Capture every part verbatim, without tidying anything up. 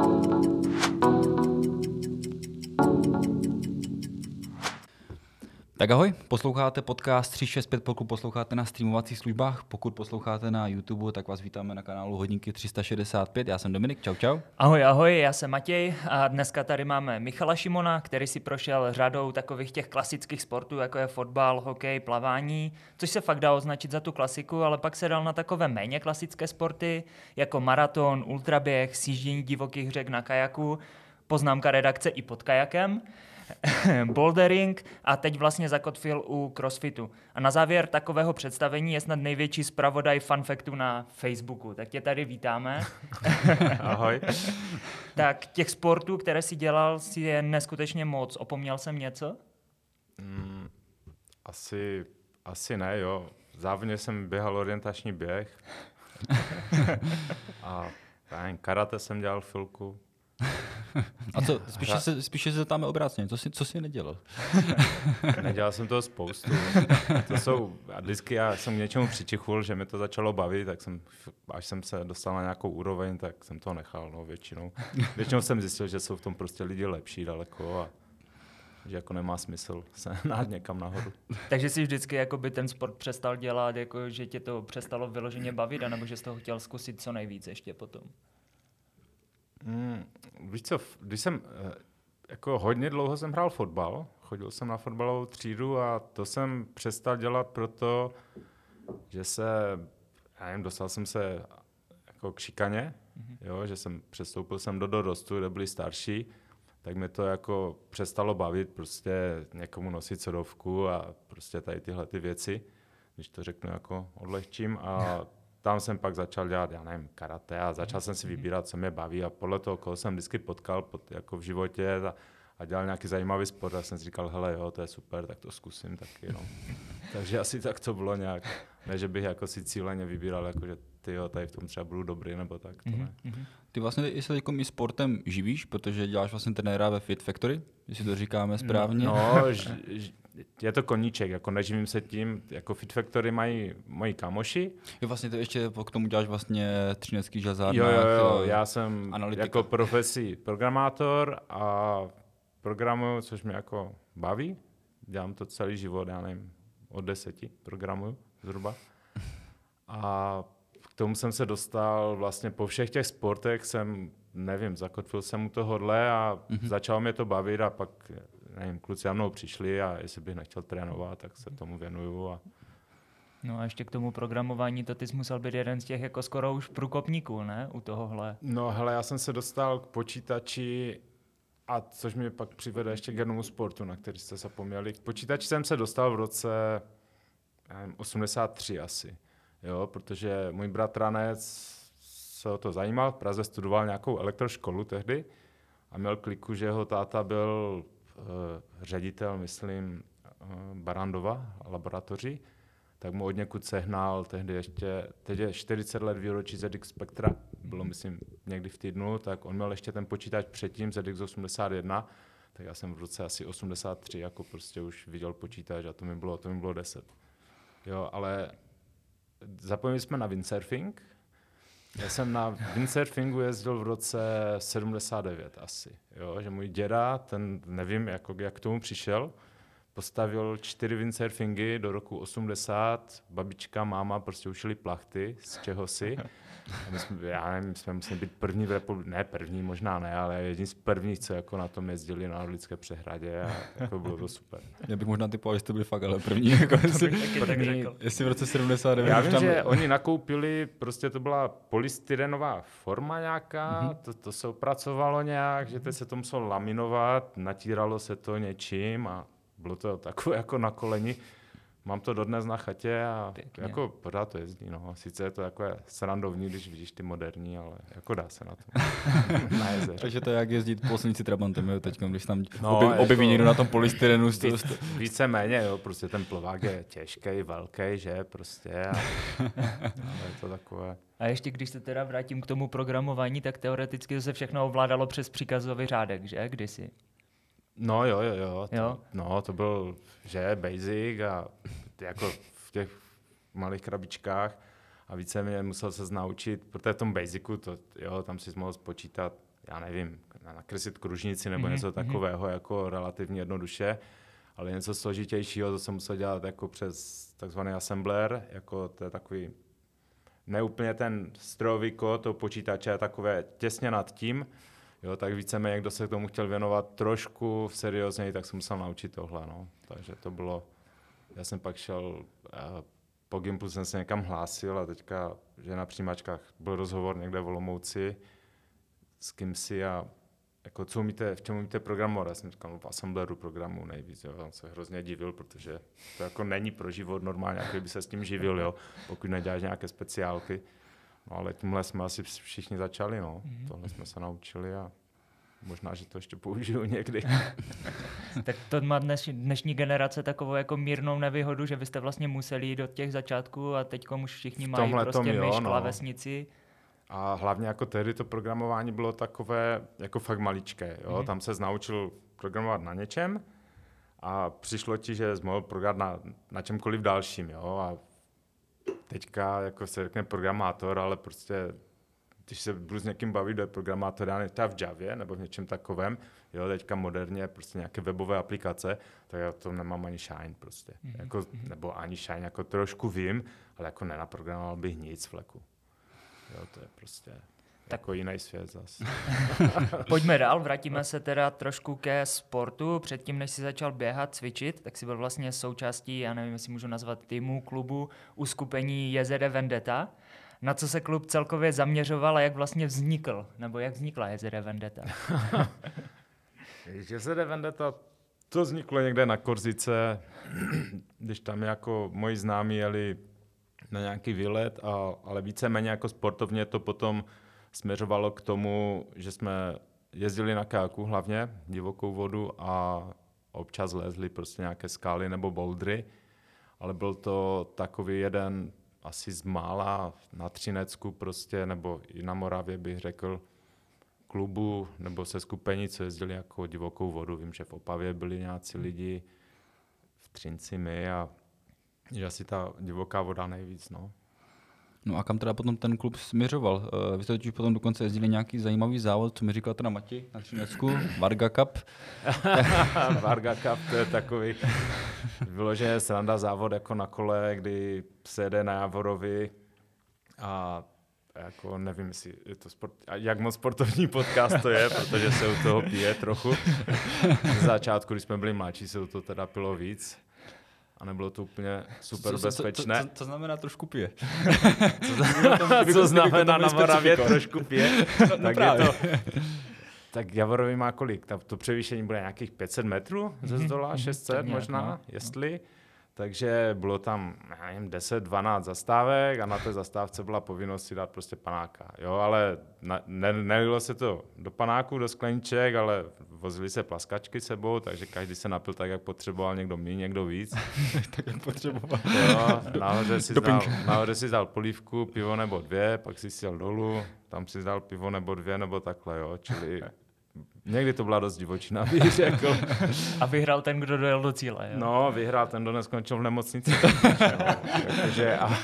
Tak ahoj, posloucháte podcast tři šest pět, pokud posloucháte na streamovacích službách, pokud posloucháte na YouTube, tak vás vítáme na kanálu Hodinky tři sta šedesát pět, já jsem Dominik, čau čau. Ahoj, ahoj, já jsem Matěj a dneska tady máme Michala Šimona, který si prošel řadou takových těch klasických sportů, jako je fotbal, hokej, plavání, což se fakt dá označit za tu klasiku, ale pak se dal na takové méně klasické sporty, jako maraton, ultraběh, sjíždění divokých řek na kajaku, poznámka redakce i pod kajakem, bouldering a teď vlastně zakotvil u crossfitu. A na závěr takového představení je snad největší zpravodaj fun factu na Facebooku. Tak tě tady vítáme. Ahoj. Tak těch sportů, které si dělal, si je neskutečně moc. Opomněl jsem něco? Mm, asi, asi ne, jo. Závodně jsem běhal orientační běh. A nevím, karate jsem dělal chvilku. A co, spíše se, spíše se zeptáme obráceně, co jsi, co jsi nedělal? Nedělal jsem toho spoustu. To jsou, a vždycky já jsem k něčemu přičichul, že mi to začalo bavit, tak jsem, až jsem se dostal na nějakou úroveň, tak jsem to nechal, no, většinou. Většinou jsem zjistil, že jsou v tom prostě lidi lepší daleko a že jako nemá smysl se nát někam nahoru. Takže jsi vždycky jakoby ten sport přestal dělat, jako že tě to přestalo vyloženě bavit, anebo že jsi toho chtěl zkusit co nejvíc ještě potom? Mm, víš co, když jsem, jako hodně dlouho jsem hrál fotbal, chodil jsem na fotbalovou třídu a to jsem přestal dělat proto, že se, já nevím, dostal jsem se jako k šikaně, mm-hmm. jo, že jsem přestoupil jsem do dorostu, kde byli starší, tak mě to jako přestalo bavit, prostě někomu nosit sodovku a prostě tady tyhle ty věci, když to řeknu jako odlehčím a tam jsem pak začal dělat, já nevím, karate a začal jsem si vybírat, co mě baví a podle toho, koho jsem vždycky potkal pod, jako v životě a, a dělal nějaký zajímavý sport, tak jsem si říkal, hele jo, to je super, tak to zkusím taky, no. Takže asi tak to bylo nějak, ne, že bych jako si cíleně vybíral, jako že ty jo, tady v tom třeba budu dobrý, nebo tak, to ne. Ty vlastně i se i sportem živíš, protože děláš vlastně trenéra ve Fit Factory, jestli to říkáme správně. No, no ž, ž, je to koníček, jako neživím se tím, jako Fit Factory mají moji kamoši. Jo, vlastně to ještě k tomu děláš vlastně třinecký železárnách. Jo, jo, jo, já jsem analytika. Jako profesí programátor a programuju, což mě jako baví. Dělám to celý život, já nevím, od deseti programuju zhruba. A k tomu jsem se dostal vlastně po všech těch sportech jsem, nevím, zakotvil jsem u tohohle a mm-hmm. začalo mě to bavit a pak, nevím, kluci za mnou přišli a jestli bych nechtěl trénovat, tak se tomu věnuju. A... No a ještě k tomu programování, to ty jsi musel být jeden z těch jako skoro už průkopníků, ne, u tohohle? No hele, já jsem se dostal k počítači, a což mě pak přivede ještě k jednomu sportu, na který jste zapomněli. K počítači jsem se dostal v roce nevím, osmdesát tři asi. Jo, protože můj bratranec se o to zajímal, v Praze studoval nějakou elektroškolu tehdy a měl kliku, že jeho táta byl uh, ředitel, myslím, uh, Barrandova laboratoří, tak mu odněkud sehnal tehdy ještě, teď je čtyřicet let výročí Z X Spectra, bylo myslím někdy v týdnu, tak on měl ještě ten počítač předtím Z X osmdesát jedna, tak já jsem v roce asi osmdesát tři jako prostě už viděl počítač a to mi bylo, to mi bylo deset. Jo, ale zapomněli jsme na windsurfing. Já jsem na windsurfingu jezdil v roce sedmdesát devět asi. Jo, že můj děda, ten nevím, jako, jak k tomu přišel, postavil čtyři windsurfingy do roku osmdesát. Babička, máma prostě ušili plachty z čehosi. A my jsme, já nevím, my jsme museli být první v republice, ne první, možná ne, ale jedni z prvních, co jako na tom jezdili na Orlické přehradě a jako bylo to super. Já bych možná typoval, že jste byli fakt, ale první. Jako jestli, první jestli v roce sedmdesát devět. Já vím, tam... že oni nakoupili, prostě to byla polystyrenová forma nějaká, mm-hmm. to, to se opracovalo nějak, že teď se to muselo laminovat, natíralo se to něčím a bylo to takové jako na koleni. Mám to dodnes na chatě a pěkně. Jako pořád to jezdí. No. Sice je to takové srandovní, když vidíš ty moderní, ale jako dá se na to. Na jezeře. Takže to je jak jezdit po silnici Trabantem, jo, teď, když tam no, objeví, objeví jako, někdo na tom polystyrenu. Víc, více méně, jo, prostě ten plovák je těžký, velký, že prostě. A, a je to takové. A ještě když se teda vrátím k tomu programování, tak teoreticky se všechno ovládalo přes příkazový řádek, že? Kdysi. No jo, jo, jo. To, jo? No, to byl, že basic a jako v těch malých krabičkách a více mě musel se naučit, protože v tom basicu, to, jo, tam si mohl spočítat já nevím, nakreslit kružnici nebo mm-hmm. něco takového jako relativně jednoduše, ale něco složitějšího, to jsem musel dělat jako přes takzvaný assembler, jako to je takový neúplně ten strojový kód toho počítače je takové těsně nad tím, jo, tak víceméně, kdo se k tomu chtěl věnovat trošku seriózněji, tak jsem musel naučit tohle, no. Takže to bylo, já jsem pak šel, po Gimpu jsem se někam hlásil a teďka, že na přijímačkách byl rozhovor někde v Olomouci s kýmsi a jako co umíte, v čem umíte programovat? Já jsem říkal, no v assembleru programu nejvíc, jo. On se hrozně divil, protože to jako není pro život normálně, jako by se s tím živil, jo, pokud neděláš nějaké speciálky. No ale tímhle jsme asi všichni začali, no. Mm-hmm. Tohle jsme se naučili a možná, že to ještě použiju někdy. Tak to má dneš, dnešní generace takovou jako mírnou nevýhodu, že vy jste vlastně museli jít do těch začátků a teď už všichni mají prostě jo, myš, no. klávesnici. A hlavně jako tehdy to programování bylo takové jako fakt maličké. Jo? Mm-hmm. Tam se naučil programovat na něčem a přišlo ti, že jsi mohl programovat na, na čemkoliv dalším. Jo? A teďka jako se řekne programátor, ale prostě když se budu s někým bavit, do programátor, já třeba v Javě nebo v něčem takovém, jo, teďka moderně prostě nějaké webové aplikace, tak já to nemám ani Shine prostě. Mm-hmm. Jako, nebo ani Shine, jako trošku vím, ale jako nenaprogramoval bych nic fleku. Jo, to je prostě tak jako jiný svět zase. Pojďme dál, vrátíme se teda trošku ke sportu. Předtím, než jsi začal běhat, cvičit, tak jsi byl vlastně součástí, já nevím, jestli můžu nazvat týmu, klubu, uskupení J Z D Vendetta. Na co se klub celkově zaměřoval a jak vlastně vznikl? Nebo jak vznikla J Z D Vendetta? J Z D Vendetta, to vzniklo někde na Korzice, když tam jako moji známí jeli na nějaký výlet, a, ale víceméně jako sportovně to potom směřovalo k tomu, že jsme jezdili na kajaku hlavně, divokou vodu a občas lezli prostě nějaké skály nebo bouldry, ale byl to takový jeden asi z mála na Třinecku prostě, nebo i na Moravě bych řekl, klubu nebo se skupení, co jezdili jako divokou vodu. Vím, že v Opavě byli nějací lidi, v Třinci my a že asi ta divoká voda nejvíc, no. No a kam teda potom ten klub směřoval? Uh, vy jste totiž potom dokonce jezdili nějaký zajímavý závod, co mi říkal teda Matěj na Třinecku, Varga Cup. Varga Cup, to je takový vyloženě sranda závod jako na kole, kdy se jede na Javorovi a jako nevím, jestli je to sport, jak moc sportovní podcast to je, protože se u toho pije trochu. Z začátku, když jsme byli mladší, se u toho teda pilo víc. A nebylo to úplně super co, bezpečné. Co, co, co znamená trošku pije? Co znamená, co znamená na Moravě trošku pije? No, tak no je to, tak Javorovi má kolik? To převýšení bude nějakých pět set metrů ze zdola, šest set možná, no, jestli. Takže bylo tam, já nevím, deset dvanáct zastávek a na té zastávce byla povinnost si dát prostě panáka. Jo, ale na, ne, nelilo se to do panáku, do skleniček, ale vozili se plaskačky sebou, takže každý se napil tak, jak potřeboval, někdo míň, někdo víc. Tak jak potřeboval. Jo, nahoře si, dal, nahoře si dal polívku, pivo nebo dvě, pak si sjel dolů, tam si dal pivo nebo dvě, nebo takhle, jo, čili... Někdy to byla dost divočina, bych řekl. A vyhrál ten, kdo dojel do cíle, jo? No, vyhrál ten, kdo neskončil v nemocnici. Takže a,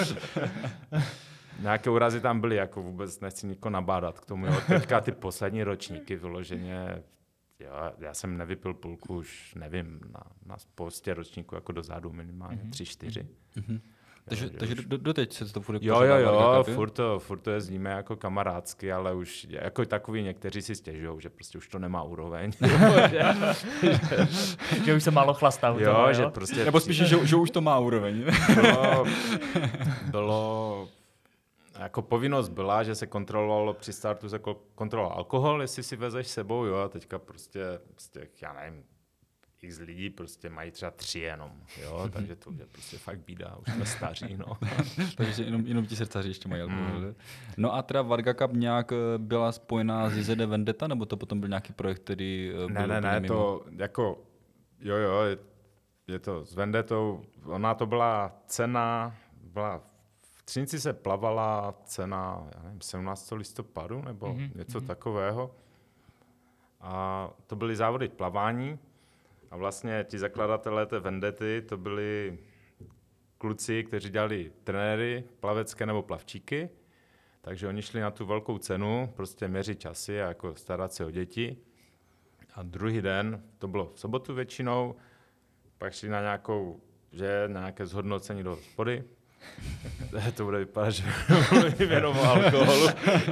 nějaké úrazy tam byly, jako vůbec nechci nikoho nabádat k tomu. Jo. Teďka ty poslední ročníky vyloženě, jo, já jsem nevypil půlku už, nevím, na, na spoustě ročníků jako dozadu minimálně mm-hmm. tři, čtyři. Mm-hmm. Takže, takže do, doteď se to furt Jo, jo, jo, furt to, furt to jezdíme jako kamarádsky, ale už jako takový někteří si stěžují, že prostě už to nemá úroveň. že, že už se málo chlastá. Jo, toho, že jo? prostě... Nebo spíš, že, že už to má úroveň. bylo, bylo... Jako povinnost byla, že se kontrolovalo při startu, se kontroloval alkohol, jestli si vezeš sebou, jo, a teďka prostě, prostě já nevím, x lidí prostě mají třeba tři jenom, jo, takže to je prostě fakt bída, už jsme staří, no. Takže jenom, jenom ti srdcaři ještě mají alkohol. Mm. No a teda Varga Cup nějak byla spojená s J Z D Vendetta, nebo to potom byl nějaký projekt, který byl Ne, ne, ne, mimo? to jako, jo, jo, je, je to s Vendettou, ona to byla cena, byla v Třinci se plavala cena, já nevím, sedmnáctého listopadu, nebo mm-hmm. něco mm-hmm. takového. A to byly závody plavání. A vlastně ti zakladatelé té Vendety, to byli kluci, kteří dělali trenéry, plavecké nebo plavčíky. Takže oni šli na tu velkou cenu, prostě měřit časy a jako starat se o děti. A druhý den, to bylo v sobotu většinou, pak šli na nějakou, že na nějaké zhodnocení do hospody. To bude vypadat, že mluvím jenom o alkoholu.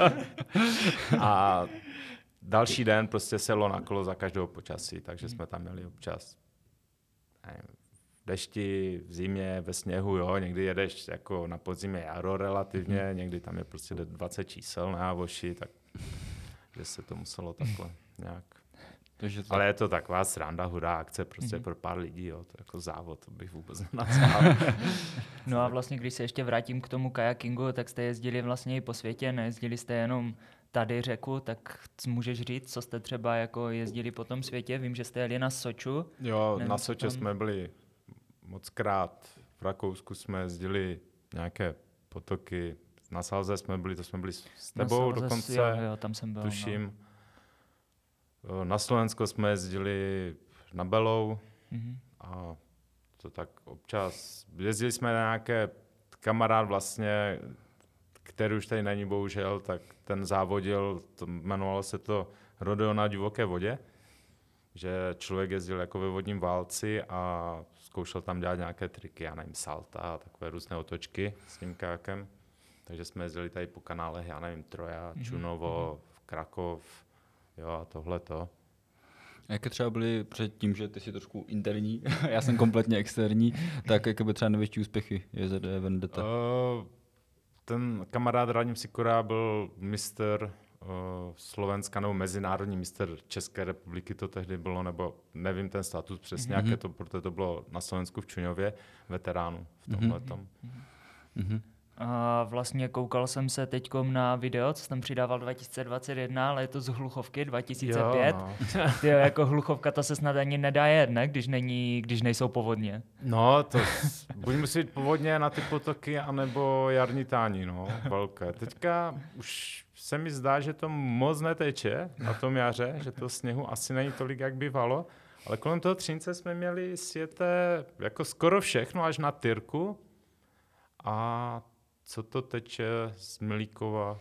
A další den prostě selo na kolo za každého počasí, takže jsme tam měli občas nevím, v dešti, v zimě, ve sněhu, jo, někdy jedeš jako na podzimě jaro relativně, někdy tam je prostě dvacet čísel na Jávoši, tak že se to muselo takhle nějak. Takže to... Ale je to taková sranda, hurá akce prostě mm-hmm. pro pár lidí, jo, to je jako závod, to bych vůbec nenazval. No a vlastně, když se ještě vrátím k tomu kajakingu, tak jste jezdili vlastně i po světě, nejezdili jste jenom tady řeku, tak můžeš říct, co jste třeba jako jezdili po tom světě? Vím, že jste jeli na Soču. Jo, Nevím, na Soče tam... jsme byli mockrát, v Rakousku jsme jezdili nějaké potoky, na Salze jsme byli, to jsme byli s tebou Salze, dokonce, jo, jo, tam jsem byl, tuším. No. Na Slovensko jsme jezdili na Belou mm-hmm. a to tak občas. Jezdili jsme na nějaké, kamarád vlastně, který už tady není bohužel, tak ten závodil, to jmenovalo se to Rodeo na divoké vodě, že člověk jezdil jako ve vodním válci a zkoušel tam dělat nějaké triky, já nevím, salta a takové různé otočky s tím kajakem. Takže jsme jezdili tady po kanálech, já nevím, Troja, mm-hmm. Čunovo, Krakov, jo a tohleto. Jaké třeba byly předtím, že ty jsi trošku interní, já jsem kompletně externí, tak jaké byly třeba největší úspěchy J Z D Vendetta? Uh, ten kamarád Radim Sikora byl mistr uh, Slovenska nebo mezinárodní mistr České republiky to tehdy bylo, nebo nevím ten status přesně, mm-hmm. jaké to, protože to bylo na Slovensku v Čuňově, veteránu v tomhletom. Mm-hmm. A vlastně koukal jsem se teďkom na video, co jsem přidával dva tisíce dvacet jedna, ale je to z Hluchovky dva tisíce pět. Jo, no. Tyjo, jako Hluchovka to se snad ani nedá jet, ne? Když, není, když nejsou povodně. No, to buď musí být povodně na ty potoky, anebo jarní tání, no, velké. Teďka už se mi zdá, že to moc neteče na tom jaře, že to sněhu asi není tolik, jak bývalo, ale kolem toho Třince jsme měli sjeté jako skoro všechno až na Tyrku. A co to teče z Milíkova?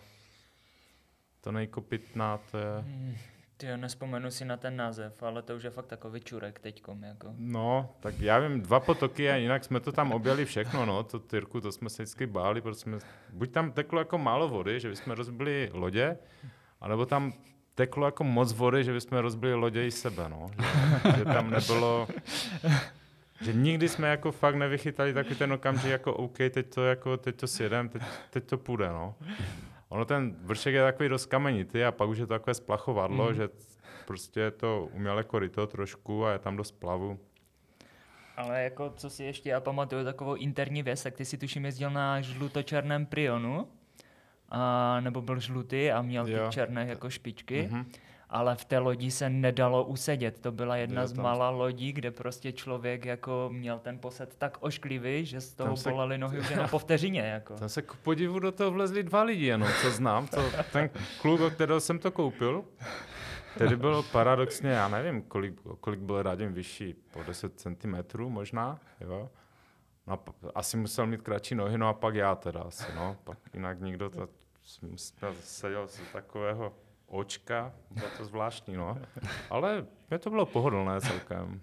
To nejkopitná, to je... Hmm, tyjo, nespomenu si na ten název, ale to už je fakt takový čurek teďkom. Jako. No, tak já vím, dva potoky a jinak jsme to tam objeli všechno, no, to Tyrku, to jsme se vždycky báli, protože jsme, buď tam teklo jako málo vody, že bychom rozbili lodě, anebo tam teklo jako moc vody, že bychom rozbili lodě i sebe, no. Že, že tam nebylo... Že nikdy jsme jako fakt nevychytali takový ten okamžik jako OK, teď to, jako, teď to sjedem, teď, teď to půjde, no. Ono ten vršek je takový dost kamenitý a pak už je to takové splachovadlo, mm. že prostě je to umělé koryto trošku a je tam dost plavu. Ale jako, co si ještě já pamatuju takovou interní věc, tak ty si tuším jezdil na žlutočerném Prionu, a, nebo byl žlutý a měl jo. ty černé jako špičky. Mm-hmm. Ale v té lodi se nedalo usedět. To byla jedna jo, z mála lodí, kde prostě člověk jako měl ten posed tak ošklivý, že z toho se... bolely nohy už jenom po vteřině. Jako. Tam se k podivu do toho vlezli dva lidi jenom, co znám. To, ten kluk, o kterého jsem to koupil, tedy bylo paradoxně, já nevím, kolik, kolik byl Radim vyšší, po deset centimetrů možná, jo. No, asi musel mít kratší nohy, no a pak já teda asi, no. Pak jinak nikdo, to jsem seděl z takového očka, bylo to zvláštní, no. Ale mě to bylo pohodlné celkem.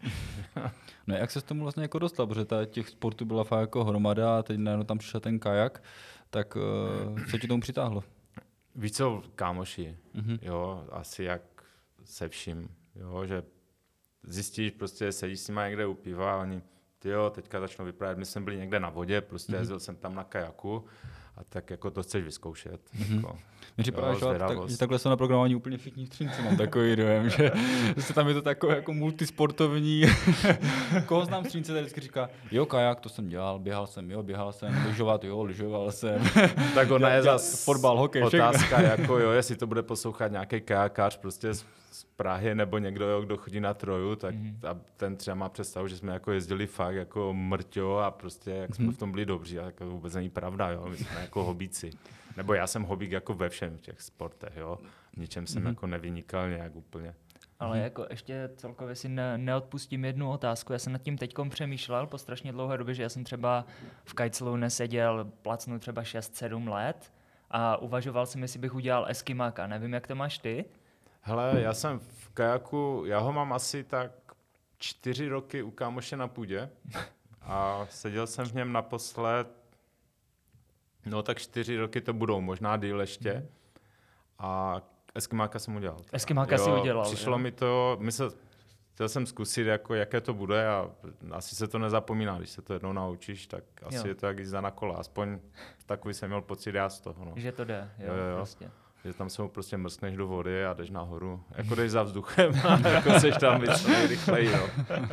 No jak se s tomu vlastně jako dostal, protože ta, těch sportů byla fakt jako hromada a teď najednou tam přišel ten kajak, tak uh, co ti tomu přitáhlo? Víš co, kámoši, mm-hmm. jo, asi jak se vším, jo, že zjistíš, prostě sedíš s nimi někde u piva a oni, tyjo, teďka začnou vyprávět, my jsme byli někde na vodě, prostě mm-hmm. jezdil jsem tam na kajaku, a tak jako to chceš vyzkoušet. Mm-hmm. Jako, Mně připadá, že, tak, že takhle jsou na programování úplně všichni v Třinci, mám takový dojem, že, že tam je to takové jako multisportovní. Koho znám v Třinci, tady vždycky říká, jo, kajak, to jsem dělal, běhal jsem, jo, běhal jsem, lyžovat, jo, lyžoval jsem. Tak ona je zase fotbal, hokej, otázka, jako jo, jestli to bude poslouchat nějaký kajakář prostě z, z Prahy nebo někdo, jo, kdo chodí na Troju, tak mm-hmm. a ten třeba má představu, že jsme jako jezdili fakt jako mrťo a prostě jak jsme mm-hmm. v tom byli dobří, a to vůbec není pravda, jo, my jsme jako hobíci. Nebo já jsem hobík jako ve všem těch sportech, jo. V ničem jsem mm-hmm. jako nevynikal nějak úplně. Ale mm-hmm. jako ještě celkově si ne, neodpustím jednu otázku. Já jsem nad tím teďkom přemýšlel po strašně dlouhé době, že já jsem třeba v kajclu neseděl, placnu třeba šest sedm let a uvažoval jsem, jestli bych udělal eskimáka. Nevím, jak to máš ty? Hele, já jsem v kajaku, já ho mám asi tak čtyři roky u kámoše na půdě a seděl jsem v něm naposled, no tak čtyři roky to budou, možná díl ještě. A eskimáka jsem udělal. Eskimáka si udělal. Přišlo jo? mi to, myslel, chtěl jsem zkusit, jako, jaké to bude a asi se to nezapomíná, když se to jednou naučíš, tak asi jo. je to jak jízda na kole. Aspoň takový jsem měl pocit já z toho. No. Že to jde, jo, jo, jo. prostě. Že tam se mu prostě mrskneš do vody a jdeš nahoru. Jako jdeš za vzduchem a jako seš tam víc nejrychleji. No.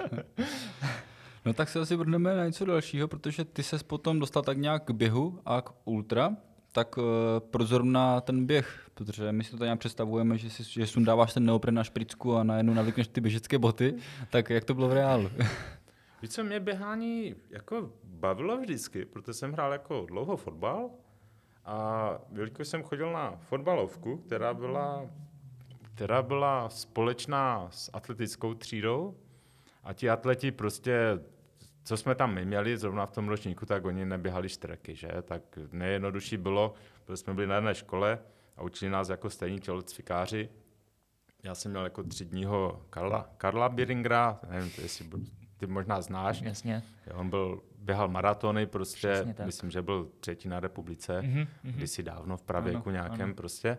No tak se asi vrhneme na něco dalšího, protože ty ses potom dostal tak nějak k běhu a k ultra. Tak uh, prozorna ten běh, protože my si to tady nějak představujeme, že, si, že sundáváš ten neopren na špricku a najednou navlíkneš ty běžecké boty, tak jak to bylo v reálu? Víš co, mě běhání jako bavilo vždycky, protože jsem hrál jako dlouho fotbal a jelikož jsem chodil na fotbalovku, která byla, která byla společná s atletickou třídou a ti atleti prostě, co jsme tam my měli zrovna v tom ročníku, tak oni neběhali štreky, že? Tak nejjednodušší bylo, protože jsme byli na jedné škole a učili nás jako stejní tělocvikáři. Já jsem měl jako třídního Karla, Karla Biringera, nevím, jestli ty možná znáš. Jasně. On byl, běhal maratony, prostě, tak. myslím, že byl třetí na republice, mm-hmm. kdysi dávno v pravěku ano, nějakém ano. prostě.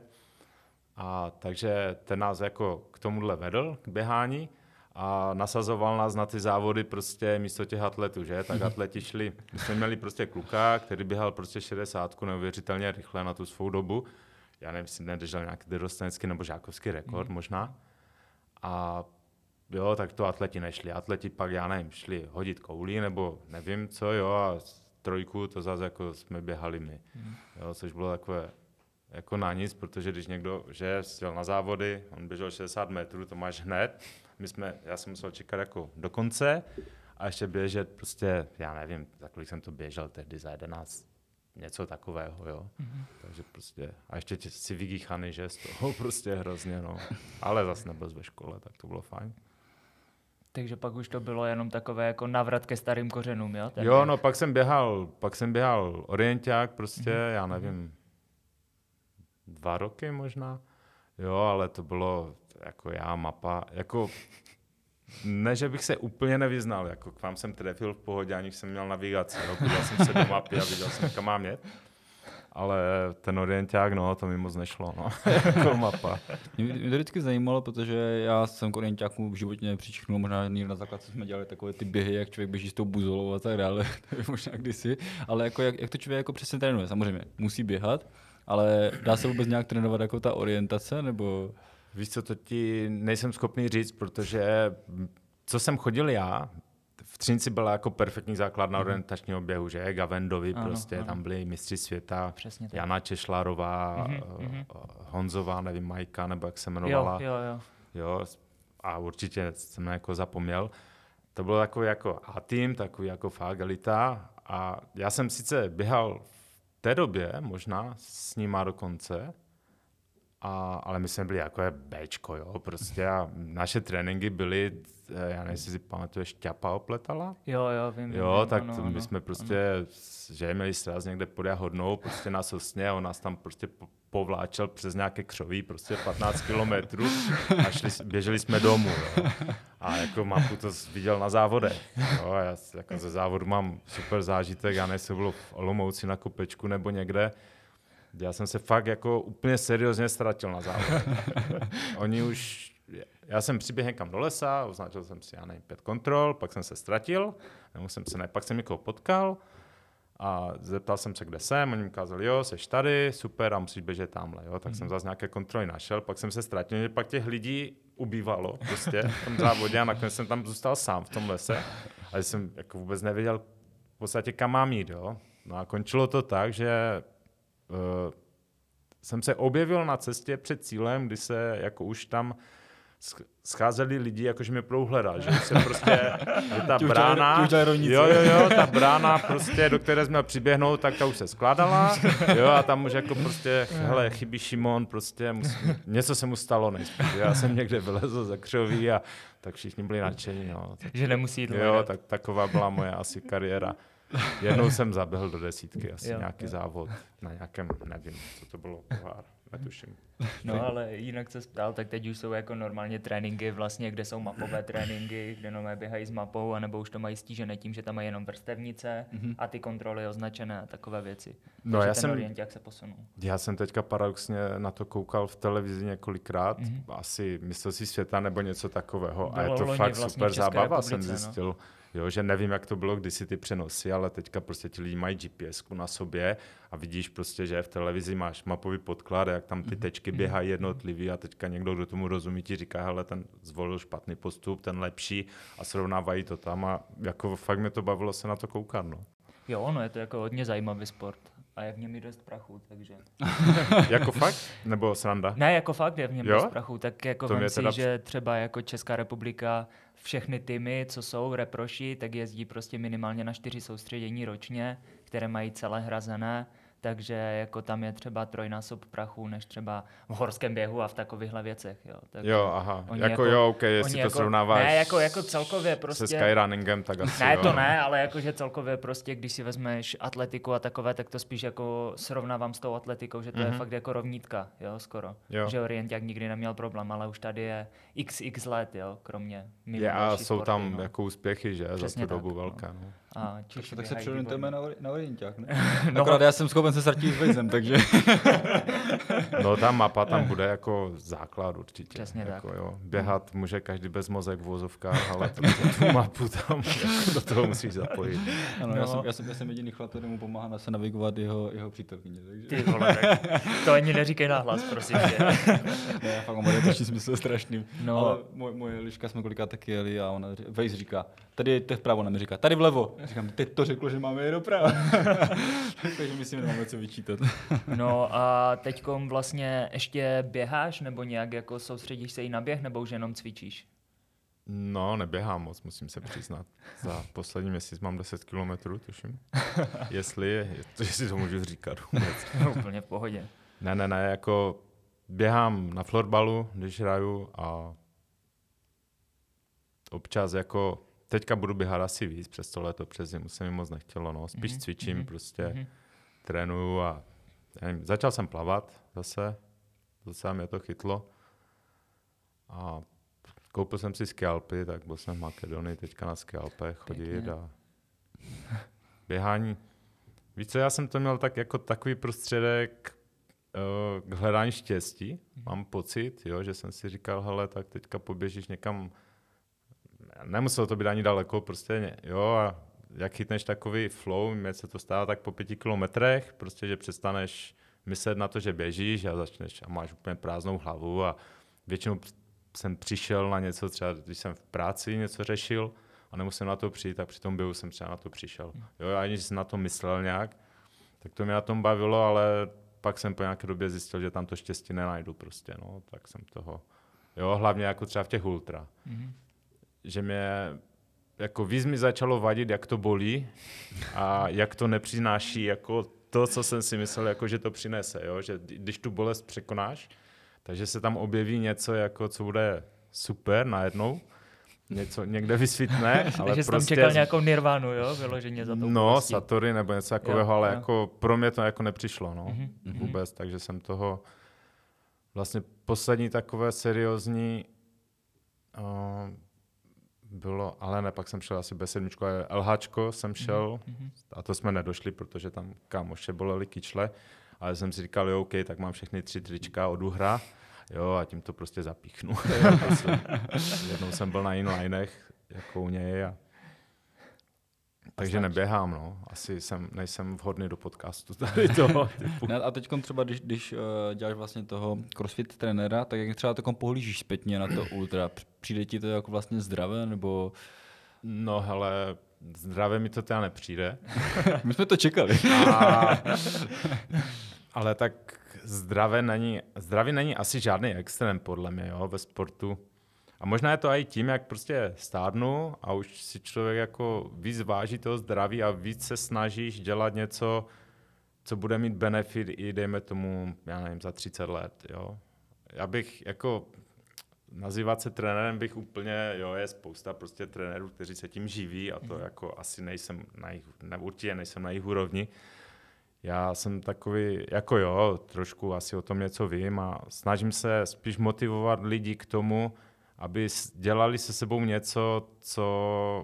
A takže ten nás jako k tomuhle vedl, k běhání. A nasazoval nás na ty závody prostě místo těch atletů, že? Tak atleti šli, my jsme měli prostě kluka, který běhal prostě šedesátku neuvěřitelně rychle na tu svou dobu. Já nevím, jestli nedržel nějaký dorostenecký nebo žákovský rekord mm. možná. A jo, tak to atleti nešli. Atleti pak, já nevím, šli hodit koulí nebo nevím co, jo, a trojku to zase jako jsme běhali my. Mm. Jo, což bylo takové jako na nic, protože když někdo, že jel na závody, on běžel šedesát metrů, to máš hned. My jsme, já jsem musel čekat jako do konce a ještě běžet prostě, já nevím, za kolik jsem to běžel tehdy, za jedenáct, něco takového, jo. Mm-hmm. Takže prostě, a ještě si vygýchaný, že z toho prostě hrozně, no. Ale zase nebyl ve škole, tak to bylo fajn. Takže pak už to bylo jenom takové jako návrat ke starým kořenům, jo? Ten jo, běh. no pak jsem běhal, pak jsem běhal orienták prostě, mm-hmm. já nevím, dva roky možná, jo, ale to bylo jako já, mapa, jako ne, že bych se úplně nevyznal, jako k vám jsem trefil v pohodě, aniž jsem měl navigaci, jo, podíval jsem se do mapy a viděl jsem, kam mám jet, ale ten orienták, no, to mi moc nešlo, no, jako mapa. Mě, mě to vždycky zajímalo, protože já jsem k orientáku v životě nepřičknul, možná na základce jsme dělali takové ty běhy, jak člověk běží s tou buzolou a tak dále, to je možná kdysi, ale jako jak, jak to člověk jako přesně trénuje, samozřejmě musí běhat, ale dá se vůbec nějak trénovat jako ta orientace, nebo... Víš co, to ti nejsem schopný říct, protože co jsem chodil já, v Třinci byla jako perfektní základna mm. orientačního běhu, že? Gavendovi ano, prostě, ano. Tam byli mistři světa, Jana Češlárová, mm-hmm. Honzová, nevím, Majka, nebo jak se jmenovala. Jo, jo, jo. jo a určitě jsem jako zapomněl. To bylo takový jako A-tým, takový jako fakt elita a já jsem sice běhal v té době možná s nima dokonce, A, ale my jsme byli jako je béčko, jo, prostě a naše tréninky byly, já nevím, jestli si pamatuješ, Ťapa opletala? Jo, jo, vím. Jo, vím, tak ano, to, ano, my jsme prostě, ano. že měli sraz někde pod Jahodnou, prostě na sosně a on nás tam prostě povláčel přes nějaké křoví, prostě patnáct kilometrů a šli, běželi jsme domů, jo. A jako mapu to viděl na závodech, jo, já jako ze závodu mám super zážitek, já nejsem byl v Olomouci na kopečku nebo někde. Já jsem se fakt jako úplně seriózně ztratil na závod. Oni už, já jsem přiběhl někam do lesa, označil jsem si, já nevím, pět kontrol, pak jsem se ztratil, jsem se ne, pak jsem někoho potkal a zeptal jsem se, kde jsem, oni mi ukázali, jo, seš tady, super, a musíš běžet tamhle, jo, tak mm. jsem zase nějaké kontroly našel, pak jsem se ztratil, že pak těch lidí ubývalo prostě v tom závodě a nakonec jsem tam zůstal sám v tom lese a jsem jako vůbec nevěděl v podstatě, kam mám jít, jo. No a končilo to tak, že Uh, jsem se objevil na cestě před cílem, kdy se jako už tam scházeli lidi, jakože mě budou hledat, že se prostě, že ta brána, jo, jo, jo, ta brána prostě, do které jsme přiběhnout, tak ta už se skládala, jo, a tam už jako prostě, hele, chybí Šimon, prostě, musím, něco se mu stalo nejspíš, já jsem někde vylezl ze křoví a tak všichni byli nadšení, no. Tak, že nemusí jít jo, tak taková byla moje asi kariéra Jednou jsem zaběhl do desítky, asi jo, nějaký jo. závod na nějakém, nevím, co to bylo, pohár, netuším. No ale jinak se ptal, tak teď už jsou jako normálně tréninky vlastně, kde jsou mapové tréninky, kde nové běhají s mapou, anebo už to mají stížené tím, že tam mají jenom vrstevnice mm-hmm. a ty kontroly označené a takové věci. No, takže já ten jsem, orienták se posunul. Já jsem teďka paradoxně na to koukal v televizi několikrát, mm-hmm. asi mistrovství světa nebo něco takového. Bylo a je to fakt vlastně super zábava, jsem no. zjistil. Jo, že nevím, jak to bylo kdysi ty přenosy, ale teďka prostě ti lidi mají G P S ku na sobě a vidíš prostě, že v televizi máš mapový podklad, jak tam ty tečky běhají jednotlivý a teďka někdo, kdo tomu rozumí, ti říká, hele, ten zvolil špatný postup, ten lepší a srovnávají to tam a jako fakt mě to bavilo se na to koukat, no. Jo, no je to jako hodně zajímavý sport. A je v něm i dost prachu, takže... Jako fakt? Nebo sranda? Ne, jako fakt je v něm jo? dost prachu, tak jako vem si, teda... že třeba jako Česká republika, všechny týmy, co jsou reproši, tak jezdí prostě minimálně na čtyři soustředění ročně, které mají celé hrazené, takže jako tam je třeba trojnásob prachu, než třeba v horském běhu a v takovýchhle věcech, jo. Takže jo, aha, jako, jako jo, ok, jestli to jako, srovnáváš ne, jako, jako celkově prostě, se skyrunningem, tak asi ne, jo. to ne, ale jakože celkově prostě, když si vezmeš atletiku a takové, tak to spíš jako srovnávám s tou atletikou, že to mm-hmm. je fakt jako rovnítka, jo, skoro. Jo. Že orienták nikdy neměl problém, ale už tady je x x let, jo, kromě mimo je, a jsou sporty, tam no. jako úspěchy, že, přesně za tu tak, dobu velké, no. no. A tak, tak se přeorientujeme na, na orienták, ne? no. Akorát já jsem schopen se ztratit s Vejzem, takže... No ta mapa tam bude jako základ určitě. Přesně jako, tak. Jo. Běhat může každý bez mozek v vozovkách, ale to, to, tu mapu tam jako do toho musíš zapojit. Ano, no. já, jsem, já, jsem, já jsem jediný chlap, který mu pomáhá se navigovat jeho, jeho přítelkyně. Takže... Ty vole, tak to ani neříkej nahlas, prosím tě. Ne, já fakt mám orientační smysl strašný. No. Ale moje, moje liška jsme kolikrát taky jeli a ona Vejz říká, tady je vpravo, ona mi říká, tady vlevo. Já říkám, teď to řeklo, že máme jít doprava. Takže myslím, že nemáme co vyčítat. No a teďkom vlastně ještě běháš, nebo nějak jako soustředíš se i na běh, nebo už jenom cvičíš? No, neběhám moc, musím se přiznat. Za poslední měsíc mám deset kilometrů, tuším. Jestli je, jestli to můžu říkat vůbec. Úplně v pohodě. Ne, ne, ne, jako běhám na florbalu, když hraju a občas jako, teďka budu běhat asi víc, přes to léto, přes zimu se mi moc nechtělo, no. Spíš mm-hmm. cvičím, mm-hmm. prostě mm-hmm. trénuju a nevím, začal jsem plavat zase, docela mě to chytlo a koupil jsem si skialpy, tak byl jsem v Makedonii teďka na skialpech chodit a běhání. Víš co, já jsem to měl tak jako takový prostředek uh, k hledání štěstí, mám pocit, jo, že jsem si říkal, hele, tak teďka poběžíš někam, nemuselo to být ani daleko, prostě jo, a jak chytneš takový flow, mě se to stává tak po pěti kilometrech, prostě, že přestaneš myslet na to, že běžíš a začneš a máš úplně prázdnou hlavu a většinou jsem přišel na něco, třeba když jsem v práci něco řešil a nemusím na to přijít, tak při tom běhu jsem třeba na to přišel. Jo, aniž jsem na to myslel nějak, tak to mě na tom bavilo, ale pak jsem po nějaké době zjistil, že tam to štěstí nenajdu prostě, no, tak jsem toho, jo, hlavně jako třeba v těch ultra. Mm-hmm. Že mě, jako víc mi začalo vadit, jak to bolí a jak to nepřináší jako to, co jsem si myslel, jako že to přinese, jo, že když tu bolest překonáš, takže se tam objeví něco, jako, co bude super najednou, něco někde vysvítne, ale takže jsi prostě... tam čekal nějakou nirvánu, jo, vyloženě za to. No, bolestí. Satori nebo něco takového, ale jo. jako pro mě to jako nepřišlo, no, mm-hmm. vůbec, takže jsem toho vlastně poslední takové seriózní uh, bylo, ale ne, pak jsem šel asi bé sedm, ale LHčko jsem šel mm-hmm. a to jsme nedošli, protože tam kámoše bolely kyčle, ale jsem si říkal, jo, OK, tak mám všechny tři trička od Uhra, jo, a tím to prostě zapíchnu. Jednou jsem byl na inlinech, jako u něj a takže neběhám, no. Asi jsem, nejsem vhodný do podcastu tady toho typu. Ne, a teď třeba, když, když uh, děláš vlastně toho crossfit trenéra, tak jak třeba takom pohlížíš zpětně na to ultra? Přijde ti to jako vlastně zdravé, nebo... No hele, zdravé mi to teda nepřijde. My jsme to čekali. A, ale tak zdravé není, zdraví není asi žádný extrém podle mě, jo, ve sportu. A možná je to i tím, jak prostě stárnu a už si člověk jako víc váží toho zdraví a víc se snažíš dělat něco, co bude mít benefit i dejme tomu, já nevím, za třicet let, jo. Já bych jako nazývat se trenérem bych úplně, jo, je spousta prostě trenérů, kteří se tím živí a to mm. jako asi nejsem na jejich, ne, určitě nejsem na jejich úrovni. Já jsem takový, jako jo, trošku asi o tom něco vím a snažím se spíš motivovat lidi k tomu, aby dělali se sebou něco, co,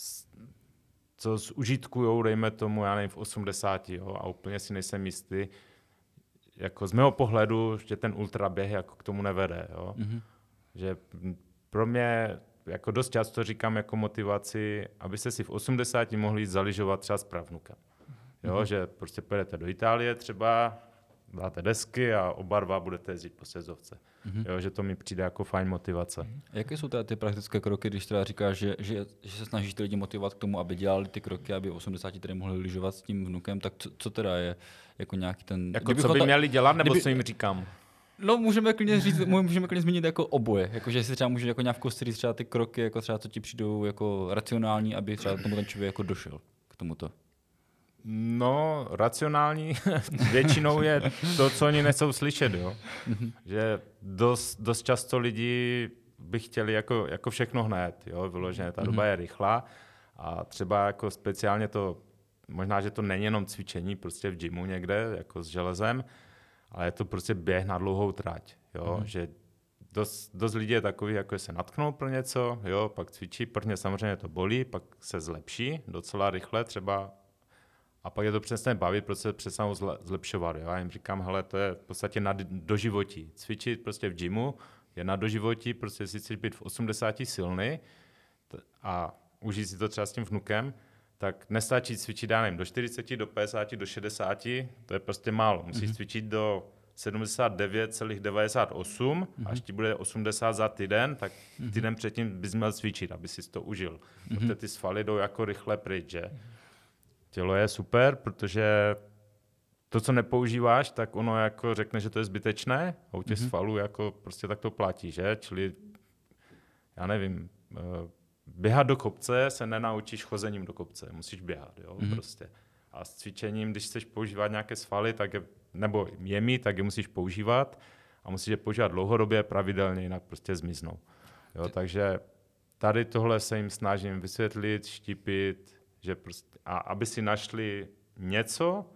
co zužitkujou, dejme tomu, já nevím, v osmdesáti, jo, a úplně si nejsem jistý, jako z mého pohledu, že ten ultraběh jako k tomu nevede, jo. Mm-hmm. Že pro mě jako dost často říkám jako motivaci, abyste si v osmdesáti mohli jít zalyžovat třeba s pravnukem. Jo, mm-hmm. že prostě pojedete do Itálie třeba, dáte desky a oba dva budete jezdit po sjezdovce. Mm-hmm. Jo, že to mi přijde jako fajn motivace. Mm-hmm. Jaké jsou teda ty praktické kroky, když teda říkáš, že, že, že se snažíš ty lidi motivovat k tomu, aby dělali ty kroky, aby v osmdesáti tedy mohli lyžovat s tím vnukem, tak co, co teda je jako nějaký ten... Jako co by ta... měli dělat, nebo kdyby... co jim říkám? No, můžeme klidně říct, můžeme klidně zmínit jako oboje, jako že si třeba může jako nějak říct třeba ty kroky, jako třeba co ti přijdou jako racionální, aby třeba tomu ten člověk jako došel k tomuto. No, racionální většinou je to, co oni nechcou slyšet, jo. Že dost, dost často lidi by chtěli jako, jako všechno hned, jo, vyloženě ta doba je rychlá a třeba jako speciálně to, možná, že to není jenom cvičení prostě v gymu někde, jako s železem, ale je to prostě běh na dlouhou trať, jo, mm. že dost, dost lidí je takový, jako se natknou pro něco, jo, pak cvičí, prvně samozřejmě to bolí, pak se zlepší docela rychle třeba a pak je to přesně bavit, protože se přestanou zlepšovat, jo, já jim říkám, hele, to je v podstatě na doživotí, cvičit prostě v gymu je na doživotí, prostě si chceš být v osmdesáti silný a užít si to třeba s tím vnukem, tak nestačí cvičit, já nevím, do čtyřiceti, do padesáti, do šedesáti, to je prostě málo. Musíš mm-hmm. cvičit do sedmdesát devět celá devadesát osm, mm-hmm. až ti bude osmdesát za týden, tak mm-hmm. týden předtím bys měl cvičit, aby si to užil. Mm-hmm. Protože ty svaly jdou jako rychle pryč, že? Tělo je super, protože to, co nepoužíváš, tak ono jako řekne, že to je zbytečné a u těch mm-hmm. svalů jako prostě tak to platí, že? Čili, já nevím, běhat do kopce se nenaučíš chozením do kopce, musíš běhat, jo, mm-hmm. prostě. A s cvičením, když chceš používat nějaké svaly, tak je, nebo je mít, tak je musíš používat a musíš je používat dlouhodobě, pravidelně, jinak prostě zmiznou. Jo, takže tady tohle se jim snažím vysvětlit, štípit, že prostě, a aby si našli něco,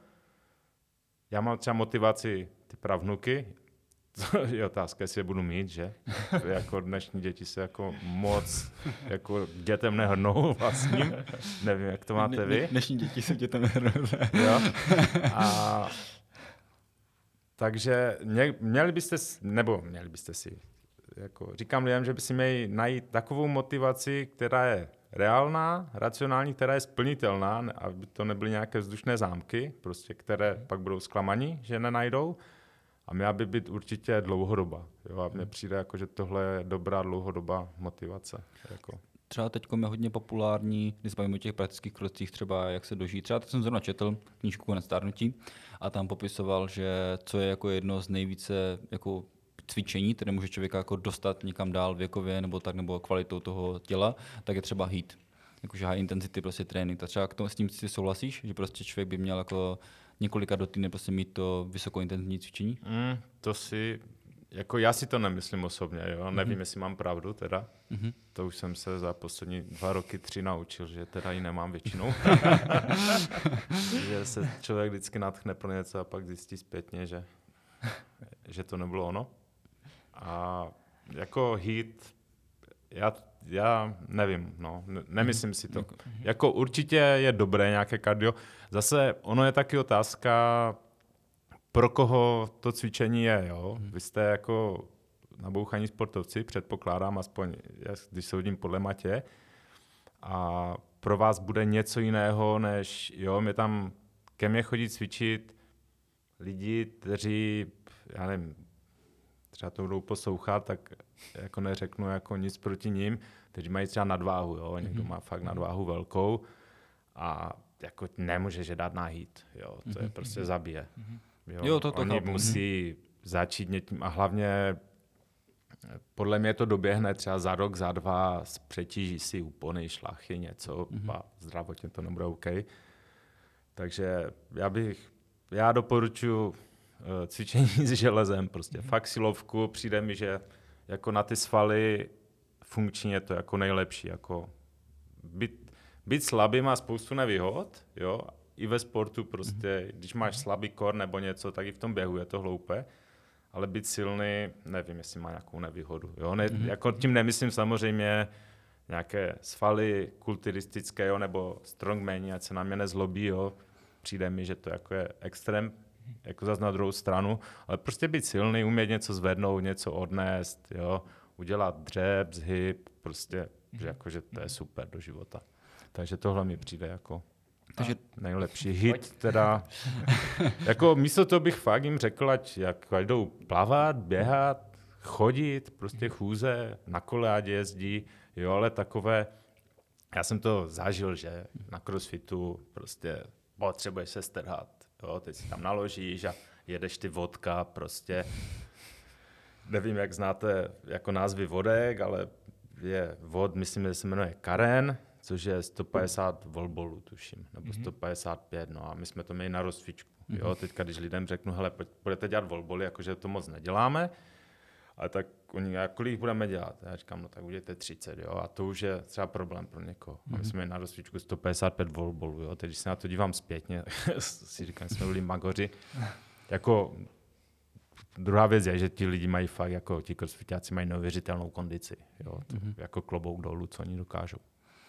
já mám třeba motivaci ty pravnuky, to je otázka, jestli je budu mít, že? Jako dnešní děti se jako moc jako dětem nehrnou vlastním. Nevím, jak to máte vy. Dnešní děti se dětem nehrnou. Jo. A takže měli byste, nebo měli byste si, jako říkám lidem, že by si měli najít takovou motivaci, která je reálná, racionální, která je splnitelná, aby to nebyly nějaké vzdušné zámky, prostě, které pak budou zklamaní, že nenajdou. A měla by být určitě dlouhodoba. Jo? A mně přijde, jako, že tohle je dobrá dlouhodobá motivace. Jako. Třeba teď je hodně populární, když se bavíme o těch praktických krocích, třeba jak se dožít. Třeba teď jsem zrovna četl knížku Konec stárnutí a tam popisoval, že co je jako jedno z nejvíce jako cvičení, které může člověka jako dostat někam dál věkově nebo tak, nebo kvalitou toho těla, tak je třeba heat. Jakože high intensity prostě trénink. Tak třeba k tomu, s tím si souhlasíš, že prostě člověk by měl jako několika do týdne prostě mít to vysokointenzivní cvičení? Mm, to si, jako já si to nemyslím osobně, jo, mm-hmm. nevím, jestli mám pravdu teda, mm-hmm. to už jsem se za poslední dva roky, tři naučil, že teda ji nemám většinou. Že se člověk vždycky natchne pro něco a pak zjistí zpětně, že, že to nebylo ono. A jako hit, já, já nevím, no, nemyslím si to. Jako určitě je dobré nějaké kardio. Zase ono je taky otázka, pro koho to cvičení je, jo. Vy jste jako nabouchaní sportovci, předpokládám, aspoň když soudím podle Matě, a pro vás bude něco jiného, než, jo, mě tam ke mně chodí cvičit lidi, kteří, já nevím, třeba to budou poslouchat, tak jako neřeknu jako nic proti ním, kteří mají třeba nadváhu, jo, někdo má fakt nadváhu velkou a jako nemůže že dát na hit, jo, to je prostě zabije. Jo, jo to to oni chápu. musí začít něčím a hlavně podle mě to doběhne třeba za rok, za dva, přetíží si úpony, šlachy, něco mm-hmm. a zdravotně to nebude OK. Takže já bych, já doporučuji cvičení s železem, prostě fakt silovku, přijde mi, že jako na ty svaly funkčně je to jako nejlepší. Jako být, být slabý má spoustu nevýhod, jo, i ve sportu prostě, když máš slabý kor nebo něco, tak i v tom běhu je to hloupé, ale být silný, nevím, jestli má nějakou nevýhodu. Jo? Ne, mm-hmm. jako tím nemyslím samozřejmě nějaké svaly kulturistické, jo, nebo strongmani, ať se na mě nezlobí, jo. Přijde mi, že to jako je extrém, jako zase na druhou stranu, ale prostě být silný, umět něco zvednout, něco odnést, jo, udělat dřep, zhyb, prostě, mm-hmm. že, jako, že to je super do života. Takže tohle mi přijde jako Takže nejlepší hit, teda. Jako místo toho bych fakt jim řekl, ať, jak, ať jdou plavat, běhat, chodit, prostě chůze, na kole ať jezdí, jo, ale takové, já jsem to zažil, že na crossfitu prostě potřebuješ se strhat, jo, teď si tam naložíš a jedeš ty vodka, prostě, nevím, jak znáte jako názvy vodek, ale je vod, myslím, že se jmenuje Karen, což je sto padesát voltbolů, tuším, nebo sto padesát pět, no a my jsme to měli na rozcvičku. Jo, teďka, když lidem řeknu, hele, budete dělat voltboly, jakože to moc neděláme, ale tak oni, jak kolik budeme dělat? Já říkám, no tak udějte třicet, jo, a to už je třeba problém pro někoho. A my jsme měli na rozcvičku sto padesát pět voltbolů, jo, teď když se na to dívám zpětně, si říkám, jsme byli magoři. Jako druhá věc je, že ti lidi mají fakt, jako ti crossfitáci mají neuvěřitelnou kondici, jo, to, mm-hmm. jako klobouk dolů, co oni dokážou.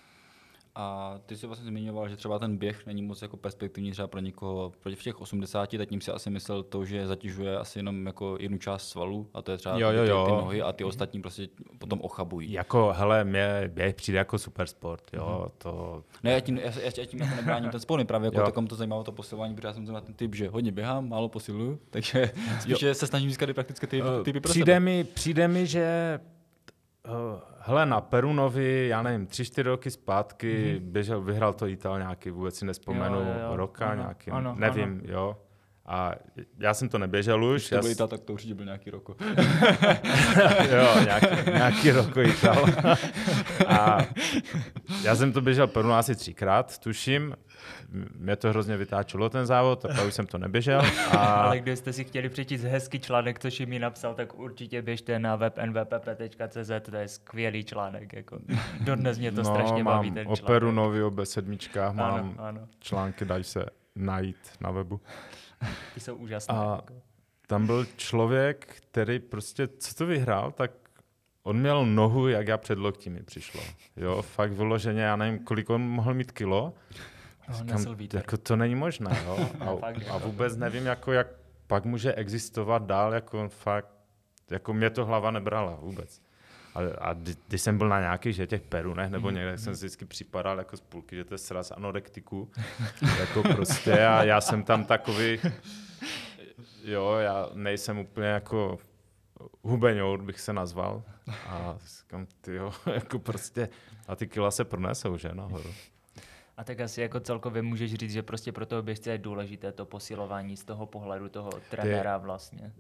A ty jsi vlastně zmiňoval, že třeba ten běh není moc jako perspektivní třeba pro někoho proti v těch osmdesáti, tak tím si asi myslel to, že zatěžuje asi jenom jako jednu část svalů a to je třeba jo, jo, jo. Ty, ty nohy a ty ostatní prostě potom ochabují. Jako, hele, mě běh přijde jako super sport, jo, mm-hmm. to... Ne, já tím, já, já tím jako nebráním ten sport, právě jako takom to zajímalo to posilování, protože já jsem na ten typ, že hodně běhám, málo posiluju, takže spíše se snažím získat prakticky ty typy pro přijde sebe. Mi, přijde mi, že... Uh, hele, na Perunovi, já nevím, tři, čtyři roky zpátky mm-hmm. běžel, vyhrál to Ital nějaký, vůbec si nespomenu, jo, jo, jo. roka ano, nějaký, ano, nevím, ano. jo. A já jsem to neběžel už. Když to byl Ital, tak to určitě byl nějaký roko. jo, nějaký, nějaký roko Ital. A já jsem to běžel Perunu asi třikrát, tuším. Mě to hrozně vytáčelo ten závod, a pak už jsem to neběžel. A... Ale kdybyste si chtěli přečíst hezký článek, což mi napsal, tak určitě běžte na web n v p p tečka c z, to je skvělý článek. Jako. Dodnes mě to no, strašně mám baví ten článek. O Perunovi, o bé sedm, mám ano, ano. články, dají se najít na webu. Ty jsou úžasné. A jako. tam byl člověk, který prostě, co to vyhrál, tak on měl nohu, jak já před loktí mi přišlo. Jo, fakt vyloženě, já nevím, kolik on mohl mít kilo. Říkám, jako to není možné, jo. A, a vůbec nevím, jako, jak pak může existovat dál, jako fakt, jako mě to hlava nebrala vůbec. A, a když jsem byl na nějakých, že těch Perunech, nebo někde, jsem si vždycky připadal jako z půlky, že to je sraz anorektiků, jako prostě, a já jsem tam takový, jo, já nejsem úplně jako hubeňour, bych se nazval, a říkám, tyjo, jako prostě, a ty kila se pronesou, že, nahoru. A tak asi jako celkově můžeš říct, že prostě pro toho běžce je důležité to posilování z toho pohledu toho trenéra vlastně.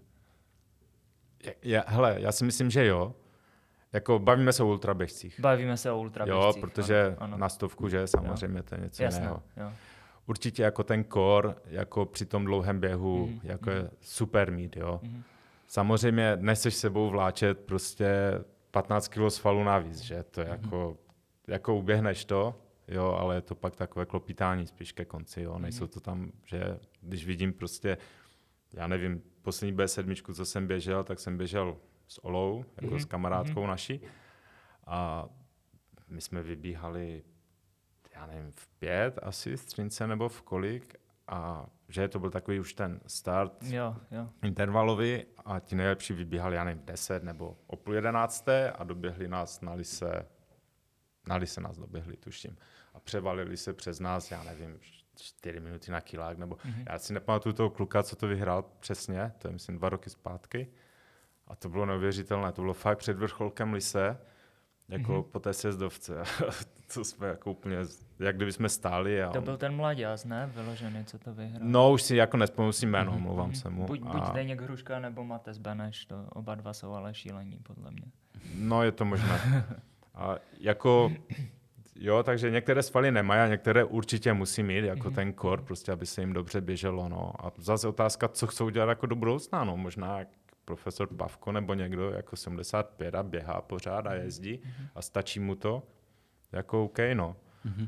Já, hele, já si myslím, že jo. Jako bavíme se o ultraběžcích. Bavíme se o ultraběžcích. Jo, protože ano, ano. na stovku, že samozřejmě jo. To je něco Jasné, jiného. Jo. Určitě jako ten core, jako při tom dlouhém běhu, mm-hmm. jako je super mít, jo. Mm-hmm. Samozřejmě neseš sebou vláčet prostě patnáct kilo svalů navíc, že to je mm-hmm. jako, jako uběhneš to, jo, ale je to pak takové klopítání spíš ke konci, jo. Nejsou to tam, že když vidím prostě, já nevím, poslední bé sedm, co jsem běžel, tak jsem běžel s Olou, jako mm-hmm. s kamarádkou mm-hmm. naší. A my jsme vybíhali, já nevím, v pět asi, střince nebo v kolik. A že to byl takový už ten start jo, jo. intervalový a ti nejlepší vybíhali, já nevím, deset nebo o půl jedenácté a doběhli nás na Lise, na Lise nás doběhli, tuším. A převalili se přes nás, já nevím, čtyři minuty na kilák, nebo mm-hmm. já si nepamatuju toho kluka, co to vyhrál přesně, to je myslím dva roky zpátky. A to bylo neuvěřitelné, to bylo fakt před vrcholkem Lise, jako mm-hmm. po té sjezdovce. To jsme jako úplně, jak kdyby jsme stáli. A to on... byl ten mladěz, ne? Vyložený, co to vyhrál. No, už si jako nespomínám si jméno, mm-hmm. mluvám se mu. Buď, a... buď Zdeněk Hruška, nebo Matez Beneš, to oba dva jsou ale šílení, podle mě. No, je to možné. A jako, jo, takže některé svaly nemají a některé určitě musí mít, jako mm-hmm. ten core, prostě, aby se jim dobře běželo, no. A zase otázka, co chcou dělat jako do budoucna, no, možná profesor Pavko nebo někdo jako sedmdesát pět a běhá pořád a jezdí mm-hmm. a stačí mu to, jako OK, no. Mm-hmm.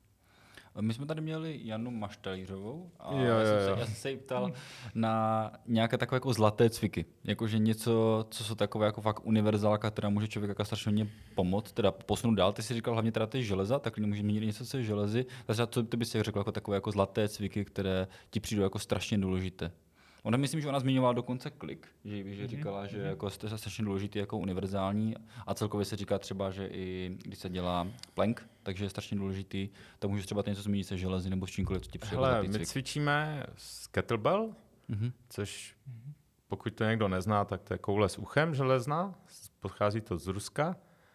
My jsme tady měli Janu Maštalířovou a jo, jo, já, jsem jo. se, já jsem se jí ptal na nějaké takové jako zlaté cviky. Jakože něco, co jsou takové jako fakt univerzálka, která může člověk jako strašně hodně pomoct, teda posunout dál. Ty jsi říkal hlavně teda ty železa, tak může mít něco se železy. Takže co ty bys řekl jako takové jako zlaté cviky, které ti přijdou jako strašně důležité? Ona myslím, že ona zmiňovala dokonce klik, že, že říkala, že jako je strašně důležitý jako univerzální a celkově se říká třeba, že i když se dělá plank, takže je strašně důležitý, tak můžeš třeba něco zmínit se železy nebo s čímkoliv, co ti přijde. Hele, my cvičíme s kettlebell, mm-hmm. což pokud to někdo nezná, tak to je koule s uchem železná, pochází to z Ruska.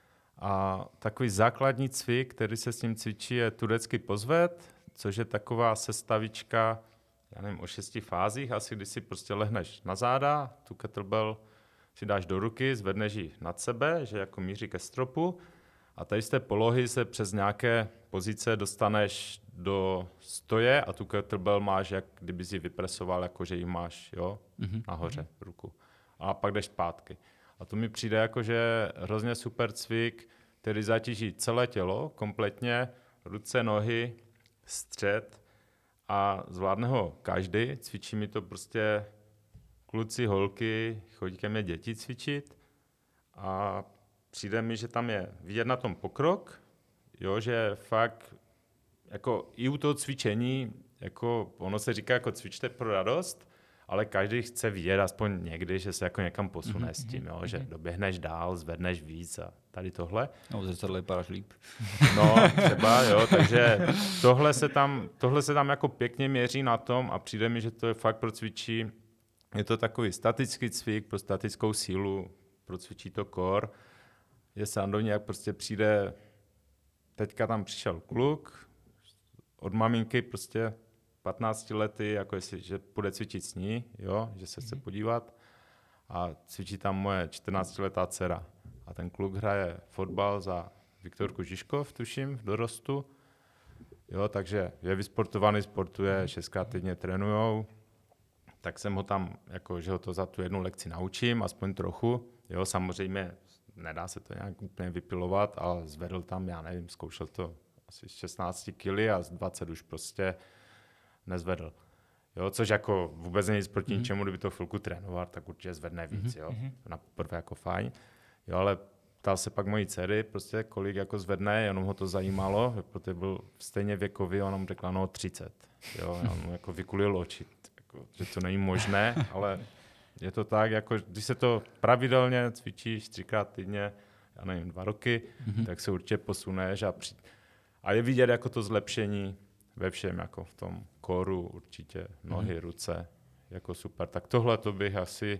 A takový základní cvik, který se s tím cvičí, je turecký pozvet, což je taková sestavička, já nevím, o šesti fázích, asi když si prostě lehneš na záda, tu kettlebell si dáš do ruky, zvedneš ji nad sebe, že jako míří ke stropu a tady z té polohy se přes nějaké pozice dostaneš do stoje a tu kettlebell máš, jak kdyby si vypresoval, jako že ji máš, jo, mm-hmm. nahoře ruku. A pak jdeš zpátky. A to mi přijde jako, že hrozně super cvik, který zatíží celé tělo, kompletně, ruce, nohy, střed, a zvládne ho každý, cvičí mi to prostě kluci, holky, chodí ke mně děti cvičit a přijde mi, že tam je vidět na tom pokrok, jo, že fakt jako i u toho cvičení, jako ono se říká jako cvičte pro radost, ale každý chce vidět aspoň někdy, že se jako někam posune mm-hmm. s tím, jo, že doběhneš dál, zvedneš víc a tady tohle. No, zrcadle vypadáš líp. No, třeba, jo, takže tohle se tam, tohle se tam jako pěkně měří na tom a přijde mi, že to je fakt pro cvičí, je to takový statický cvik pro statickou sílu, procvičí to core. Je srandovní, jak prostě přijde, teďka tam přišel kluk od maminky prostě patnácti lety, jako jestli, že půjde cvičit s ní, jo, že se chce podívat a cvičí tam moje čtrnáctiletá dcera. A ten kluk hraje fotbal za Viktorku Žižkov, tuším, v dorostu. Jo, takže je vysportovaný, sportuje, šestkrát týdně trénujou. Tak jsem ho tam, jako, že ho to za tu jednu lekci naučím, aspoň trochu. Jo, samozřejmě nedá se to nějak úplně vypilovat, ale zvedl tam, já nevím, zkoušel to asi šestnáct kily a z dvacet už prostě nezvedl. Jo, což jako vůbec není nic proti mm-hmm. ničemu, kdyby to chvilku trénoval, tak určitě zvedne víc, jo. Mm-hmm. Naprvé jako fajn. Jo, ale ptal se pak mojí dcery, prostě kolik jako zvedne, jenom ho to zajímalo, protože byl stejně věkový, on nám řekla, no třicet. Jo, on jako vykulil oči, jako, že to není možné, ale je to tak, jako když se to pravidelně cvičíš třikrát týdně, já nevím, dva roky, mm-hmm. tak se určitě posuneš a, při... a je vidět jako to zlepšení ve všem, jako v tom koru určitě, nohy, mm-hmm. ruce, jako super. Tak tohle to bych asi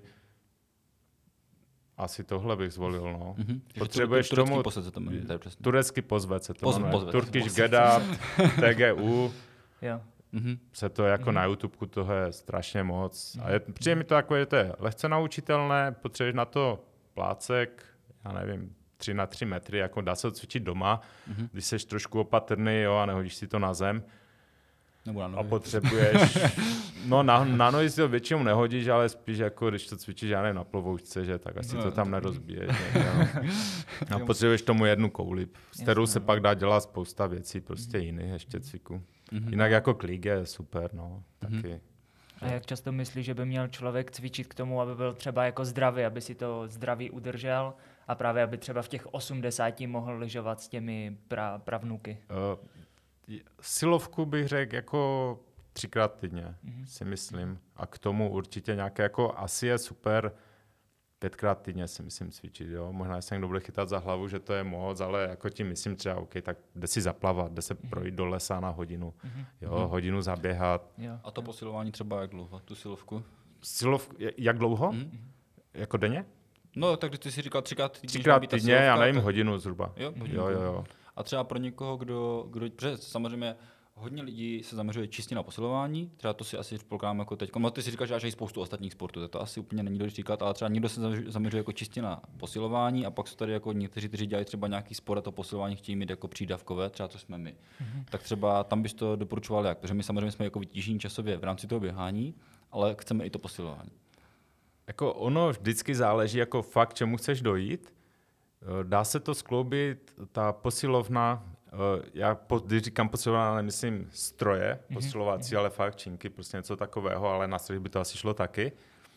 Asi tohle bych zvolil, no. Mm-hmm. Potřebuješ tu, tomu... Pozvet se to jmenuje, to je přesně. Turecký pozvet se to Poz, jmenuje. pozvet. Turkish Get Up, T G U. Jo. Mm-hmm. Se to jako mm-hmm. na YouTubeku toho je strašně moc. Mm-hmm. A je, přijde mi to takové, že to je lehce naučitelné, potřebuješ na to plácek, já nevím, tři na tři metry, jako dá se to cvičit doma, mm-hmm. když seš trošku opatrný, jo, a nehodíš si to na zem. Nebo na a potřebuješ, no na, na nohy si to většinou nehodíš, ale spíš jako když to cvičíš, já nevím, na plovoučce, že tak asi no, to tam nerozbiješ. A potřebuješ tomu jednu kouli, s kterou se pak dá dělat spousta věcí, prostě jiných ještě cviků. Mm-hmm. Jinak jako klik je super, no, taky. Mm-hmm. A jak často myslíš, že by měl člověk cvičit k tomu, aby byl třeba jako zdravý, aby si to zdraví udržel a právě aby třeba v těch osmdesáti mohl lyžovat s těmi pra, pravnuky? Uh, Silovku bych řekl jako třikrát týdně, mm-hmm. si myslím. A k tomu určitě nějaké, jako asi je super pětkrát týdně si myslím cvičit, jo. Možná se někdo bude chytat za hlavu, že to je moc, ale jako tím myslím třeba, OK, tak jde si zaplavat, jde se mm-hmm. projít do lesa na hodinu, mm-hmm. jo, mm-hmm. hodinu zaběhat. Jo. A to posilování třeba jak dlouho, tu silovku? Silovku, jak dlouho? Mm-hmm. Jako denně? No, tak když ty si říkal třikrát týdně, třikrát týdně, silovka, já nevím, tak... hodinu zhruba. Jo, hodinu. jo, jo, jo. A třeba pro někoho, kdo, kdo samozřejmě hodně lidí se zaměřuje čistě na posilování, třeba to si asi předpokládám jako teď. No, ty si říkáš, že až spoustu ostatních sportů, to asi úplně není důležité říkat, ale třeba někdo se zaměřuje jako čistě na posilování a pak jsou tady jako někteří, kteří dělají třeba nějaký sport a to posilování chtějí mít jako přídavkové, třeba to jsme my. Mm-hmm. Tak třeba tam bys to doporučoval jak? Protože my samozřejmě jsme jako vytížení časově v rámci toho běhání, ale chceme i to posilování. jako ono vždycky záleží jako fakt, čemu chceš dojít. Dá se to skloubit, ta posilovna, já když říkám posilovna, nemyslím stroje posilovací, mm-hmm. ale fakt činky, prostě něco takového, ale na strojích by to asi šlo taky.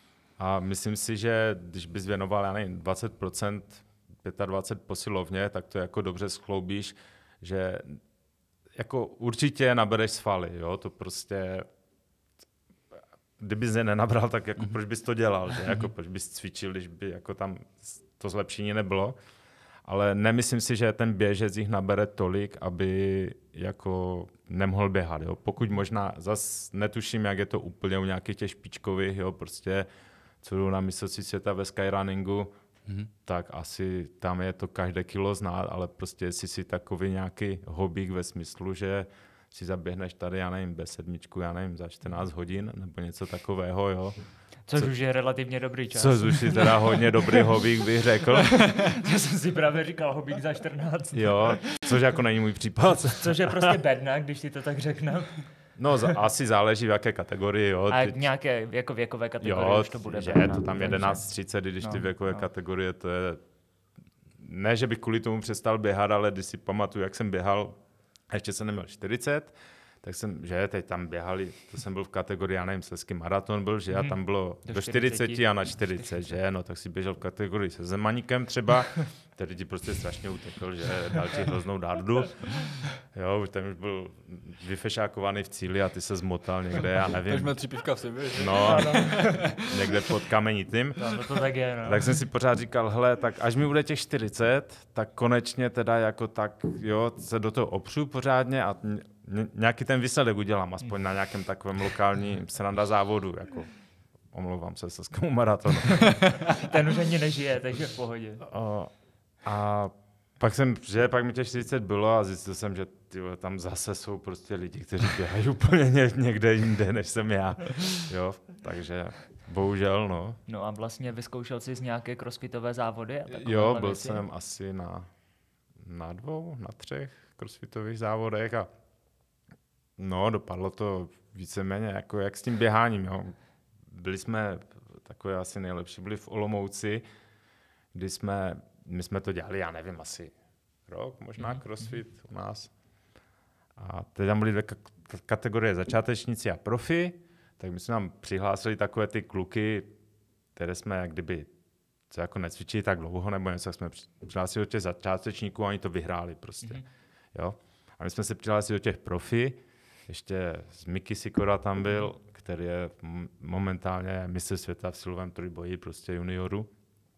A myslím si, že když bys věnoval, já nevím, dvacet procent, dvacet pět posilovně, tak to jako dobře skloubíš, že jako určitě nabereš svaly, jo, to prostě, kdybys je nenabral, tak jako mm-hmm. proč bys to dělal, že, jako proč bys cvičil, když by jako tam to zlepšení nebylo. Ale nemyslím si, že ten běžec jich nabere tolik, aby jako nemohl běhat. Jo. Pokud možná, zas netuším, jak je to úplně u nějakých těch špičkových, jo, prostě, co jdou na mistrovství světa ve skyrunningu, mm-hmm. tak asi tam je to každé kilo znát, ale prostě jestli si takový nějaký hobík ve smyslu, že si zaběhneš tady, já nevím, bez sedmičku, já nevím, za čtrnáct hodin, nebo něco takového, jo. Což Co, už je relativně dobrý čas. Což už je teda hodně dobrý hobík, bych řekl. Já jsem si právě říkal hobík za čtrnáct. Jo, což jako není můj případ. Co, což je prostě bedna, když si to tak řeknu. No, z- asi záleží v jaké kategorii, jo. A Teď... nějaké jako věkové kategorie jo, už to bude že bedna. to tam jedenáct třicet, když no, ty věkové no. kategorie, to je... Ne, že bych kvůli tomu přestal běhat, ale když si pamatuju, jak jsem běhal, a ještě jsem neměl čtyřicet, tak jsem, že teď tam běhali, to jsem byl v kategorii, já nevím, slezský maraton byl, že a tam bylo do, do čtyřicet a na čtyřicet, čtyřicet, že no, tak si běžel v kategorii se Zemaníkem třeba, který ti prostě strašně utekl, že dal ti hroznou dardu, jo, ten už byl vyfešákovaný v cíli a ty se zmotal někde, já nevím. Takže měl tři pivka v sobě. No, někde pod kamenitým. No, to tak je, no. Tak jsem si pořád říkal, hele, tak až mi bude těch čtyřicet, tak konečně teda jako tak, jo, se do toho opřu pořádně a nějaký ten výsledek udělám, aspoň na nějakém takovém lokální sranda závodu, jako omlouvám se slezskému maratonu. Ten už ani nežije, takže v pohodě. A, a pak jsem, že pak mi těch čtyřicet bylo a zjistil jsem, že tyjo, tam zase jsou prostě lidi, kteří běhají úplně někde jinde, než jsem já. Jo, takže bohužel, no. No a vlastně vyzkoušel jsi z nějaké crossfitové závody? Jo, byl věci? jsem asi na, na dvou, na třech crossfitových závodech a no, dopadlo to víceméně jako jak s tím běháním. Jo. Byli jsme, takové asi nejlepší, byli v Olomouci, kdy jsme, my jsme to dělali, já nevím, asi rok, možná crossfit u nás. A teď tam byly dvě kategorie, začátečníci a profi, tak my jsme nám přihlásili takové ty kluky, které jsme jak kdyby co jako necvičili tak dlouho, nebo něco, jsme přihlásili do těch začátečníků a oni to vyhráli prostě. Mm-hmm. Jo. A my jsme se přihlásili do těch profi, ještě z Miky Sikora tam byl, který je momentálně mistr světa v silovém trojboji, prostě junioru.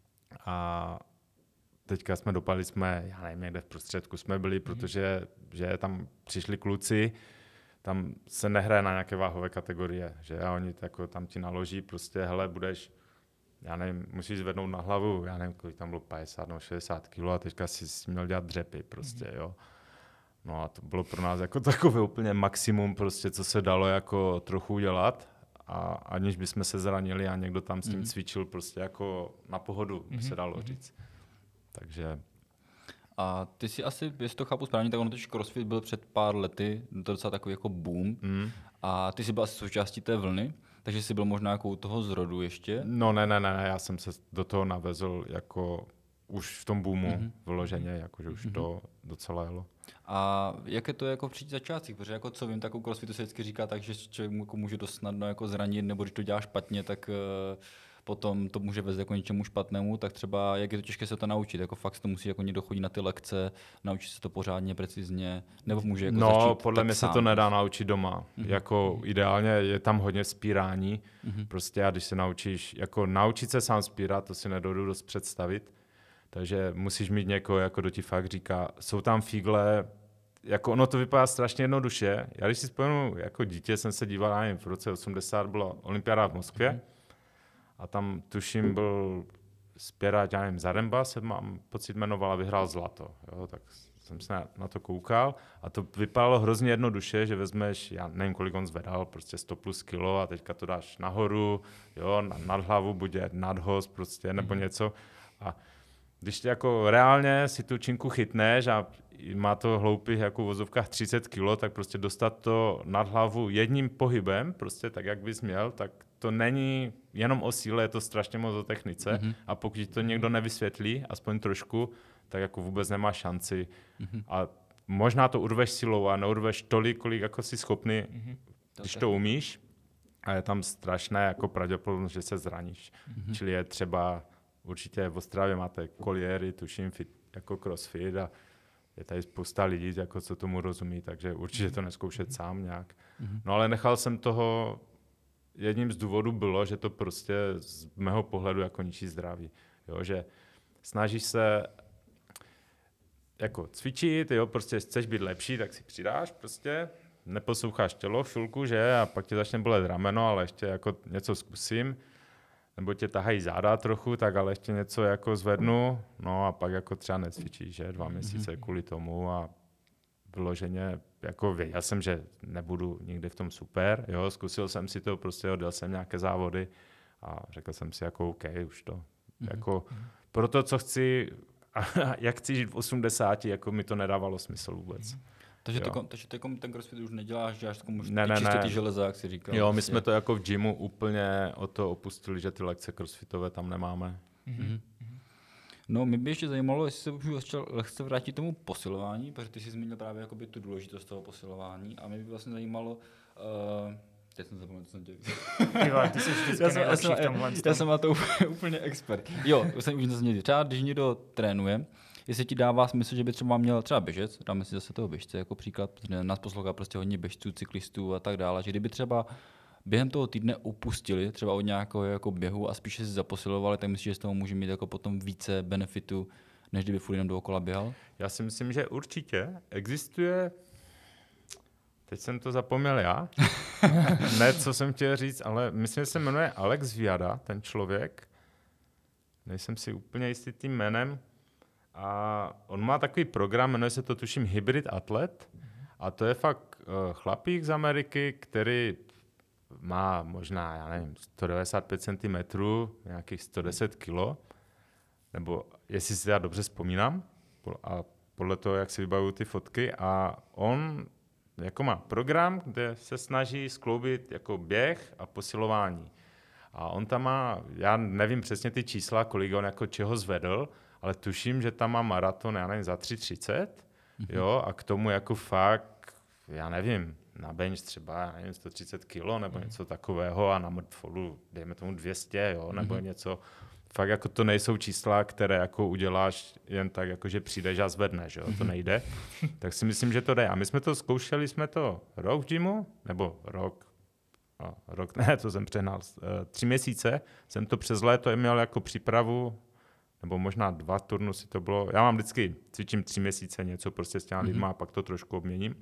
A teďka jsme dopadli, jsme, já nevím, někde v prostředku jsme byli, protože že tam přišli kluci, tam se nehraje na nějaké váhové kategorie, že a oni jako tam ti naloží, prostě hele, budeš, já nevím, musíš zvednout na hlavu, já nevím, kolik tam bylo padesát nebo šedesát kilo a teďka si měl dělat dřepy, prostě, jo. No a to bylo pro nás jako takové úplně maximum, prostě, co se dalo jako trochu udělat, a aniž bychom se zranili a někdo tam s tím mm. cvičil prostě jako na pohodu, by se dalo říct. Takže... A ty si asi, jestli to chápu správně, tak ono totiž CrossFit byl před pár lety, to docela takový jako boom, mm. a ty jsi byl asi součástí té vlny, takže jsi byl možná jako u toho zrodu ještě? No ne, ne, ne, já jsem se do toho navezl jako už v tom boomu mm-hmm. vyloženě, jakože už mm-hmm. to docela jelo. A jak je to jako v příštích začátcích? Protože jako co vím, tak u CrossFitu se vždycky říká tak, že člověk jako může dost snadno jako zranit, nebo když to dělá špatně, tak uh, potom to může vést jako něčemu špatnému, tak třeba jak je to těžké se to naučit? Jako fakt to musí jako někdo chodit na ty lekce, naučit se to pořádně, precizně, nebo může jako no, začít No, podle mě sám. se to nedá naučit doma. Mm-hmm. Jako mm-hmm. ideálně je tam hodně vzpírání. Mm-hmm. Prostě a když se naučíš, jako naučit se sám vzpírat, to si nedovedu dost představit. Takže musíš mít někoho, jako kdo ti fakt říká, jsou tam fígle, jako ono to vypadá strašně jednoduše. Já když si vzpomenu, jako dítě jsem se díval, nevím, v roce osmdesát byla olympiáda v Moskvě, mm-hmm. a tam tuším byl zpěrák, já nevím, Zaremba se mám pocit jmenoval a vyhrál zlato. Jo, tak jsem se na, na to koukal a to vypadalo hrozně jednoduše, že vezmeš, já nevím, kolik on zvedal, prostě sto plus kilo a teďka to dáš nahoru, jo, na, nad hlavu, bude nadhoz prostě, nebo něco. A když jako reálně si tu činku chytneš a má to hloupých jako v vozovkách třicet kilo, tak prostě dostat to nad hlavu jedním pohybem, prostě tak, jak bys měl, tak to není jenom o síle, je to strašně moc o technice mm-hmm. a pokud to někdo nevysvětlí, aspoň trošku, tak jako vůbec nemá šanci. Mm-hmm. A možná to urveš silou a neurveš tolik, kolik jako jsi schopný, mm-hmm. když to umíš. A je tam strašné jako pravděpodobnost, že se zraníš. Mm-hmm. Čili je třeba, určitě v Ostravě máte koliéry, tuším, fit, jako crossfit a je tady spousta lidí, jako co tomu rozumí, takže určitě to neskoušet mm-hmm. sám nějak. Mm-hmm. No ale nechal jsem toho, jedním z důvodů bylo, že to prostě z mého pohledu jako ničí zdraví. Jo, že snažíš se jako cvičit, jo, prostě chceš být lepší, tak si přidáš prostě, neposloucháš tělo chvilku, že, a pak tě začne bolet rameno, ale ještě jako něco zkusím, nebo tě tahají záda trochu, tak ale ještě něco jako zvednu, no a pak jako třeba necvičíš, že, dva měsíce kvůli tomu a vyloženě, jako věděl jsem, že nebudu nikdy v tom super, jo, zkusil jsem si to, prostě odjel jsem nějaké závody a řekl jsem si jako OK, už to, mm-hmm. jako pro to, co chci, a jak chci žít v osmdesáti, jako mi to nedávalo smysl vůbec. Mm-hmm. Takže, to, takže ty, ten crossfit už neděláš, děláš takovou ne, ne, čistě ty železa, jak jsi říkal. Jo, my jsme to jako v gymu úplně o to opustili, že ty lekce crossfitové tam nemáme. Mm-hmm. No, mě by ještě zajímalo, jestli se už chtěl lehce vrátit tomu posilování, protože ty jsi zmínil právě jakoby tu důležitost toho posilování a mě by vlastně zajímalo, uh, teď jsem zapomněl, co jsem tě říkal. Ty jsi vždycky nejlepší v tomhle. Já jsem na to úplně expert. Jo, už jsem už nezměnil. Třeba když někdo trénuje, jestli ti dává smysl, že by třeba měl třeba běžec, dáme si zase toho běžce jako příklad, protože nás poslouchá prostě hodně běžců, cyklistů a tak dále, že kdyby třeba během toho týdne upustili třeba od nějakého jako běhu a spíše si zaposilovali, tak myslím, že z toho může mít jako potom více benefitu, než kdyby furt jenom dookola běhal? Já si myslím, že určitě existuje, teď jsem to zapomněl já, ne, co jsem chtěl říct, ale myslím, že se jmenuje Alex Viada, ten člověk, nejsem si úplně jistý tím jménem, a on má takový program, jmenuje se to tuším Hybrid Atlet a to je fakt uh, chlapík z Ameriky, který má možná, já nevím, sto devadesát pět centimetrů, nějakých sto deset kilo, nebo jestli si já dobře vzpomínám, a podle toho, jak si vybavuju ty fotky, a on jako má program, kde se snaží skloubit jako běh a posilování. A on tam má, já nevím přesně ty čísla, kolik on jako čeho zvedl, ale tuším, že tam má maraton, já nevím, za tři třicet, mm-hmm. jo, a k tomu jako fakt, já nevím, na bench třeba, já nevím, sto třicet kilo nebo mm-hmm. něco takového a na mrtvolu, dejme tomu dvě stě, jo, nebo mm-hmm. něco. Fakt jako to nejsou čísla, které jako uděláš jen tak, jako že přijdeš a zvedneš, jo, to nejde. Tak si myslím, že to jde. A my jsme to zkoušeli, jsme to rok v gymu, nebo rok, no, rok, ne, to jsem přehnal, tři měsíce jsem to přes léto měl jako přípravu, nebo možná dva turnusy to bylo. Já mám vždycky, cvičím tři měsíce něco prostě s těma lidma a pak to trošku obměním.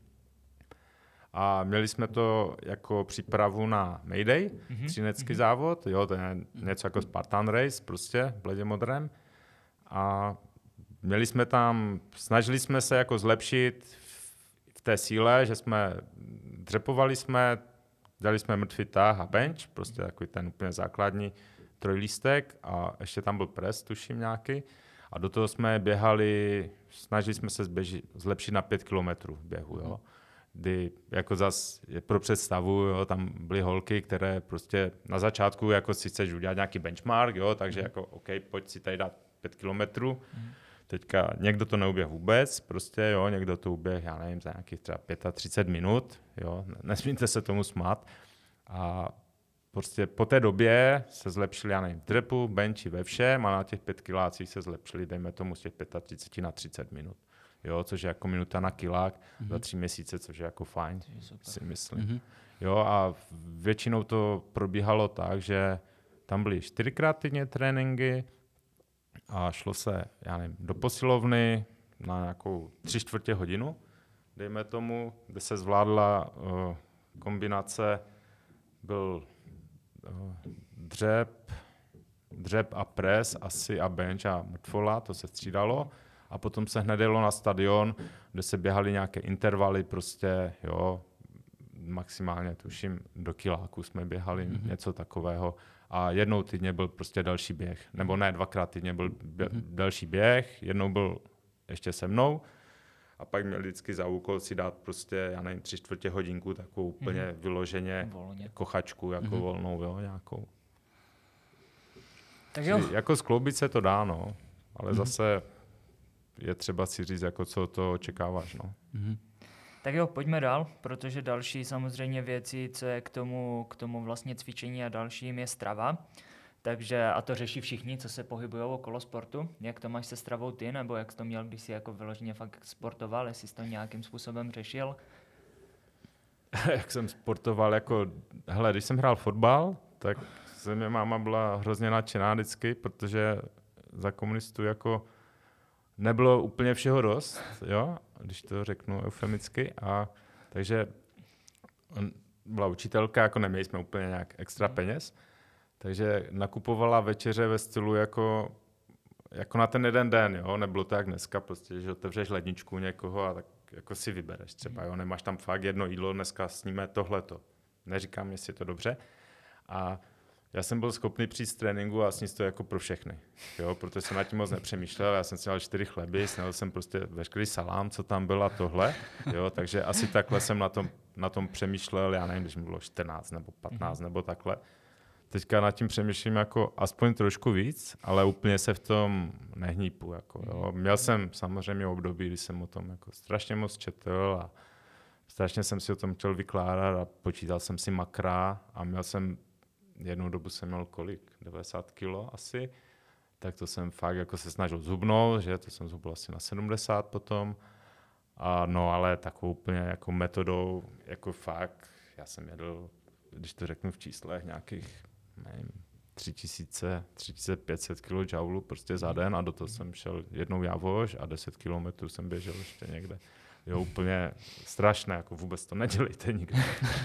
A měli jsme to jako přípravu na Mayday, mm-hmm. třinecký mm-hmm. závod, jo, to je něco jako Spartan Race, prostě, bledě modrém. A měli jsme tam, snažili jsme se jako zlepšit v té síle, že jsme dřepovali jsme, dali jsme mrtvý tah a bench, prostě takový ten úplně základní trojlístek a ještě tam byl pres, tuším nějaký. A do toho jsme běhali, snažili jsme se zběži, zlepšit na pět kilometrů v běhu, jo. Kdy jako zas pro představu, jo, tam byly holky, které prostě na začátku jako si chceš udělat nějaký benchmark, jo, takže jako OK, pojď si tady dát pět kilometrů. Teďka někdo to neuběh vůbec, prostě jo, někdo to uběh, já nevím, za nějakých třeba třicet pět minut, jo, nesmíte se tomu smát. A prostě po té době se zlepšili, já nevím, v drepu, benchi, ve všem a na těch pět kilácích se zlepšili, dejme tomu z těch třicet pět na třicet minut. Jo, což je jako minuta na kilák mm-hmm. za tři měsíce, což je jako fajn, si myslím. Mm-hmm. Jo, a většinou to probíhalo tak, že tam byly čtyřikrát týdně tréninky a šlo se, já nevím, do posilovny na nějakou tři čtvrtě hodinu, dejme tomu, kde se zvládla uh, kombinace, byl uh, dřep, dřep a pres asi a bench a mrtvola, to se střídalo. A potom se hned jelo na stadion, kde se běhaly nějaké intervaly, prostě, jo, maximálně tuším do kiláku jsme běhali, mm-hmm. něco takového. A jednou týdně byl prostě další běh, nebo ne, dvakrát týdně byl bě- mm-hmm. další běh, jednou byl ještě se mnou a pak měli vždycky za úkol si dát prostě, já nevím, tři čtvrtě hodinku takovou úplně mm-hmm. vyloženě Volně. kochačku, jako mm-hmm. volnou, jo, nějakou. Tak jo. Čili jako skloubit se to dá, no, ale mm-hmm. zase je třeba si říct, jako co to očekáváš, no. Mm-hmm. Tak jo, pojďme dál, protože další samozřejmě věci, co je k tomu, k tomu vlastně cvičení a dalším, je strava. Takže, a to řeší všichni, co se pohybují okolo sportu. Jak to máš se stravou ty, nebo jak jsi to měl, když jsi jako vyloženě fakt sportoval, jestli jsi to nějakým způsobem řešil? Jak jsem sportoval, jako, hele, když jsem hrál fotbal, tak se mě máma byla hrozně nadšená vždycky, protože za komunistů jako nebylo úplně všeho dost, jo, když to řeknu eufemicky, a takže byla učitelka, jako neměli jsme úplně nějak extra peněz, takže nakupovala večeře ve stylu jako, jako na ten jeden den, jo, nebylo to jak dneska, prostě, že otevřeš ledničku někoho a tak jako si vybereš třeba, jo, nemáš tam fakt jedno jídlo, dneska sníme tohleto. Neříkám, jestli je to dobře. A já jsem byl schopný přijít z tréninku a sníst to jako pro všechny, jo, protože jsem nad tím moc nepřemýšlel, já jsem si dal čtyři chleby, snědl jsem prostě veškerý salám, co tam byl a tohle, jo, takže asi takhle jsem na tom, na tom přemýšlel, já nevím, když mi bylo čtrnáct nebo patnáct nebo takhle. Teďka nad tím přemýšlím jako aspoň trošku víc, ale úplně se v tom nehnípu. Jako, jo. Měl jsem samozřejmě období, kdy jsem o tom jako strašně moc četl a strašně jsem si o tom chtěl vykládat a počítal jsem si makra a měl jsem, jednou dobu jsem měl kolik, devadesát kilo asi, tak to jsem fakt jako se snažil zhubnout, že to jsem zhubl asi na sedmdesát potom. A no ale takovou úplně jako metodou, jako fakt, já jsem jedl, když to řeknu v číslech, nějakých nevím, tři tisíce, tři tisíce pět set kilojoulů prostě za den a do toho jsem šel jednou javož a deset kilometrů jsem běžel ještě někde. Jo, úplně strašné, jako vůbec to nedělejte nikdy.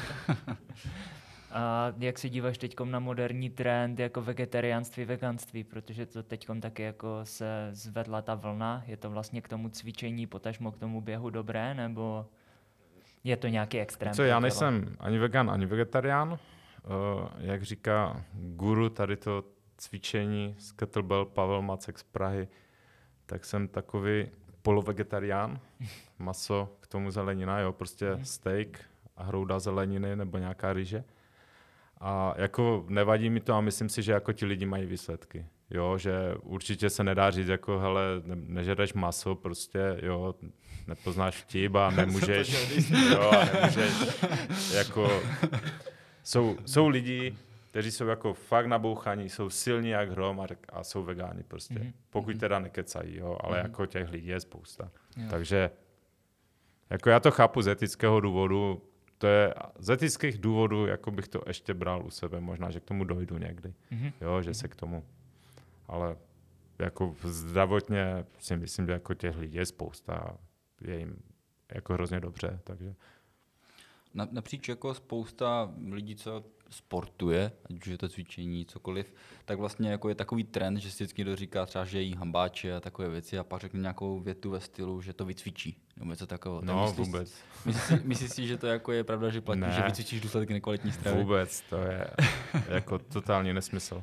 A jak se díváš teďkom na moderní trend jako vegetariánství, veganství, protože to teďkom taky jako se zvedla ta vlna, je to vlastně k tomu cvičení, potažmo k tomu běhu dobré, nebo je to nějaký extrém? Co, já nejsem ani vegan, ani vegetarián. Uh, jak říká guru tady to cvičení z Kettlebell Pavel Macek z Prahy, tak jsem takový polovegetarián, maso, k tomu zelenina, jo, prostě steak a hrouda zeleniny nebo nějaká ryže. A jako nevadí mi to a myslím si, že jako ti lidi mají výsledky. Jo, že určitě se nedá říct jako, hele, ne, nežereš maso, prostě, jo, nepoznáš vtip a nemůžeš, jo, a nemůžeš, jako, jsou, jsou lidi, kteří jsou jako fakt nabouchaní, jsou silní jak hrom a, a jsou vegáni prostě, mm-hmm. pokud teda nekecají, jo, ale mm-hmm. jako těch lidí je spousta. Jo. Takže, jako já to chápu z etického důvodu, to je, z etických důvodů, jako bych to ještě bral u sebe, možná, že k tomu dojdu někdy, mm-hmm. jo, že se k tomu, ale jako zdravotně si myslím, že jako těch lidí je spousta a je jim jako hrozně dobře, takže. Na, napříč jako spousta lidí, co sportuje, ať už je to cvičení, cokoliv, tak vlastně jako je takový trend, že si vždycky někdo říká třeba, že jí hambáče a takové věci a pak řekne nějakou větu ve stylu, že to vycvičí, nebo něco takového. No myslíš, vůbec. Myslíš, myslíš si, že to jako je pravda, že platí, ne, že vycvičíš důsledky nekvalitní stravy? Vůbec, to je jako totální nesmysl.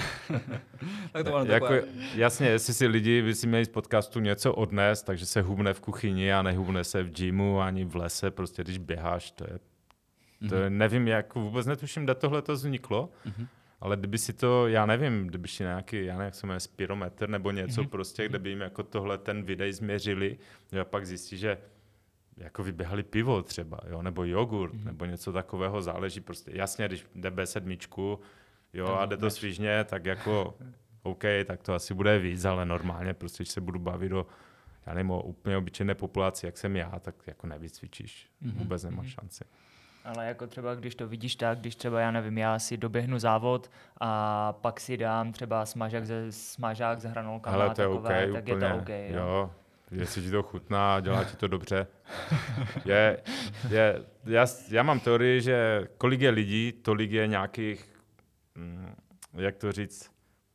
Tak to ne, jako, jasně, jestli si lidi by si měli z podcastu něco odnést, takže se hubne v kuchyni a nehubne se v gymu ani v lese, prostě když běháš, to je To mm-hmm. nevím, jak vůbec netuším, kde tohle to vzniklo, mm-hmm. ale kdyby si to, já nevím, kdyby si nějaký, já nevím, jak se jmenuje, spirometr nebo něco mm-hmm. prostě, kde by jim jako tohle ten videj změřili, a pak zjistí, že jako vyběhali pivo třeba, jo, nebo jogurt, mm-hmm. nebo něco takového, záleží prostě. Jasně, když jde bé sedm, jo, a jde to svížně, tak jako OK, tak to asi bude víc, ale normálně prostě, když se budu bavit o, já nevím, o úplně obyčejné populaci, jak jsem já, tak jako nevycvičíš, mm-hmm. vůbec nemáš mm-hmm. šanci. Ale jako třeba, když to vidíš tak, když třeba, já nevím, já si doběhnu závod a pak si dám třeba smažák ze, smažák s hranolkama, hele, to je takové, okay, tak úplně, je to OK. Jo, jo jestli ti to chutná a dělá ti to dobře. je, je, já, já mám teorii, že kolik je lidí, tolik je nějakých, hm, jak to říct,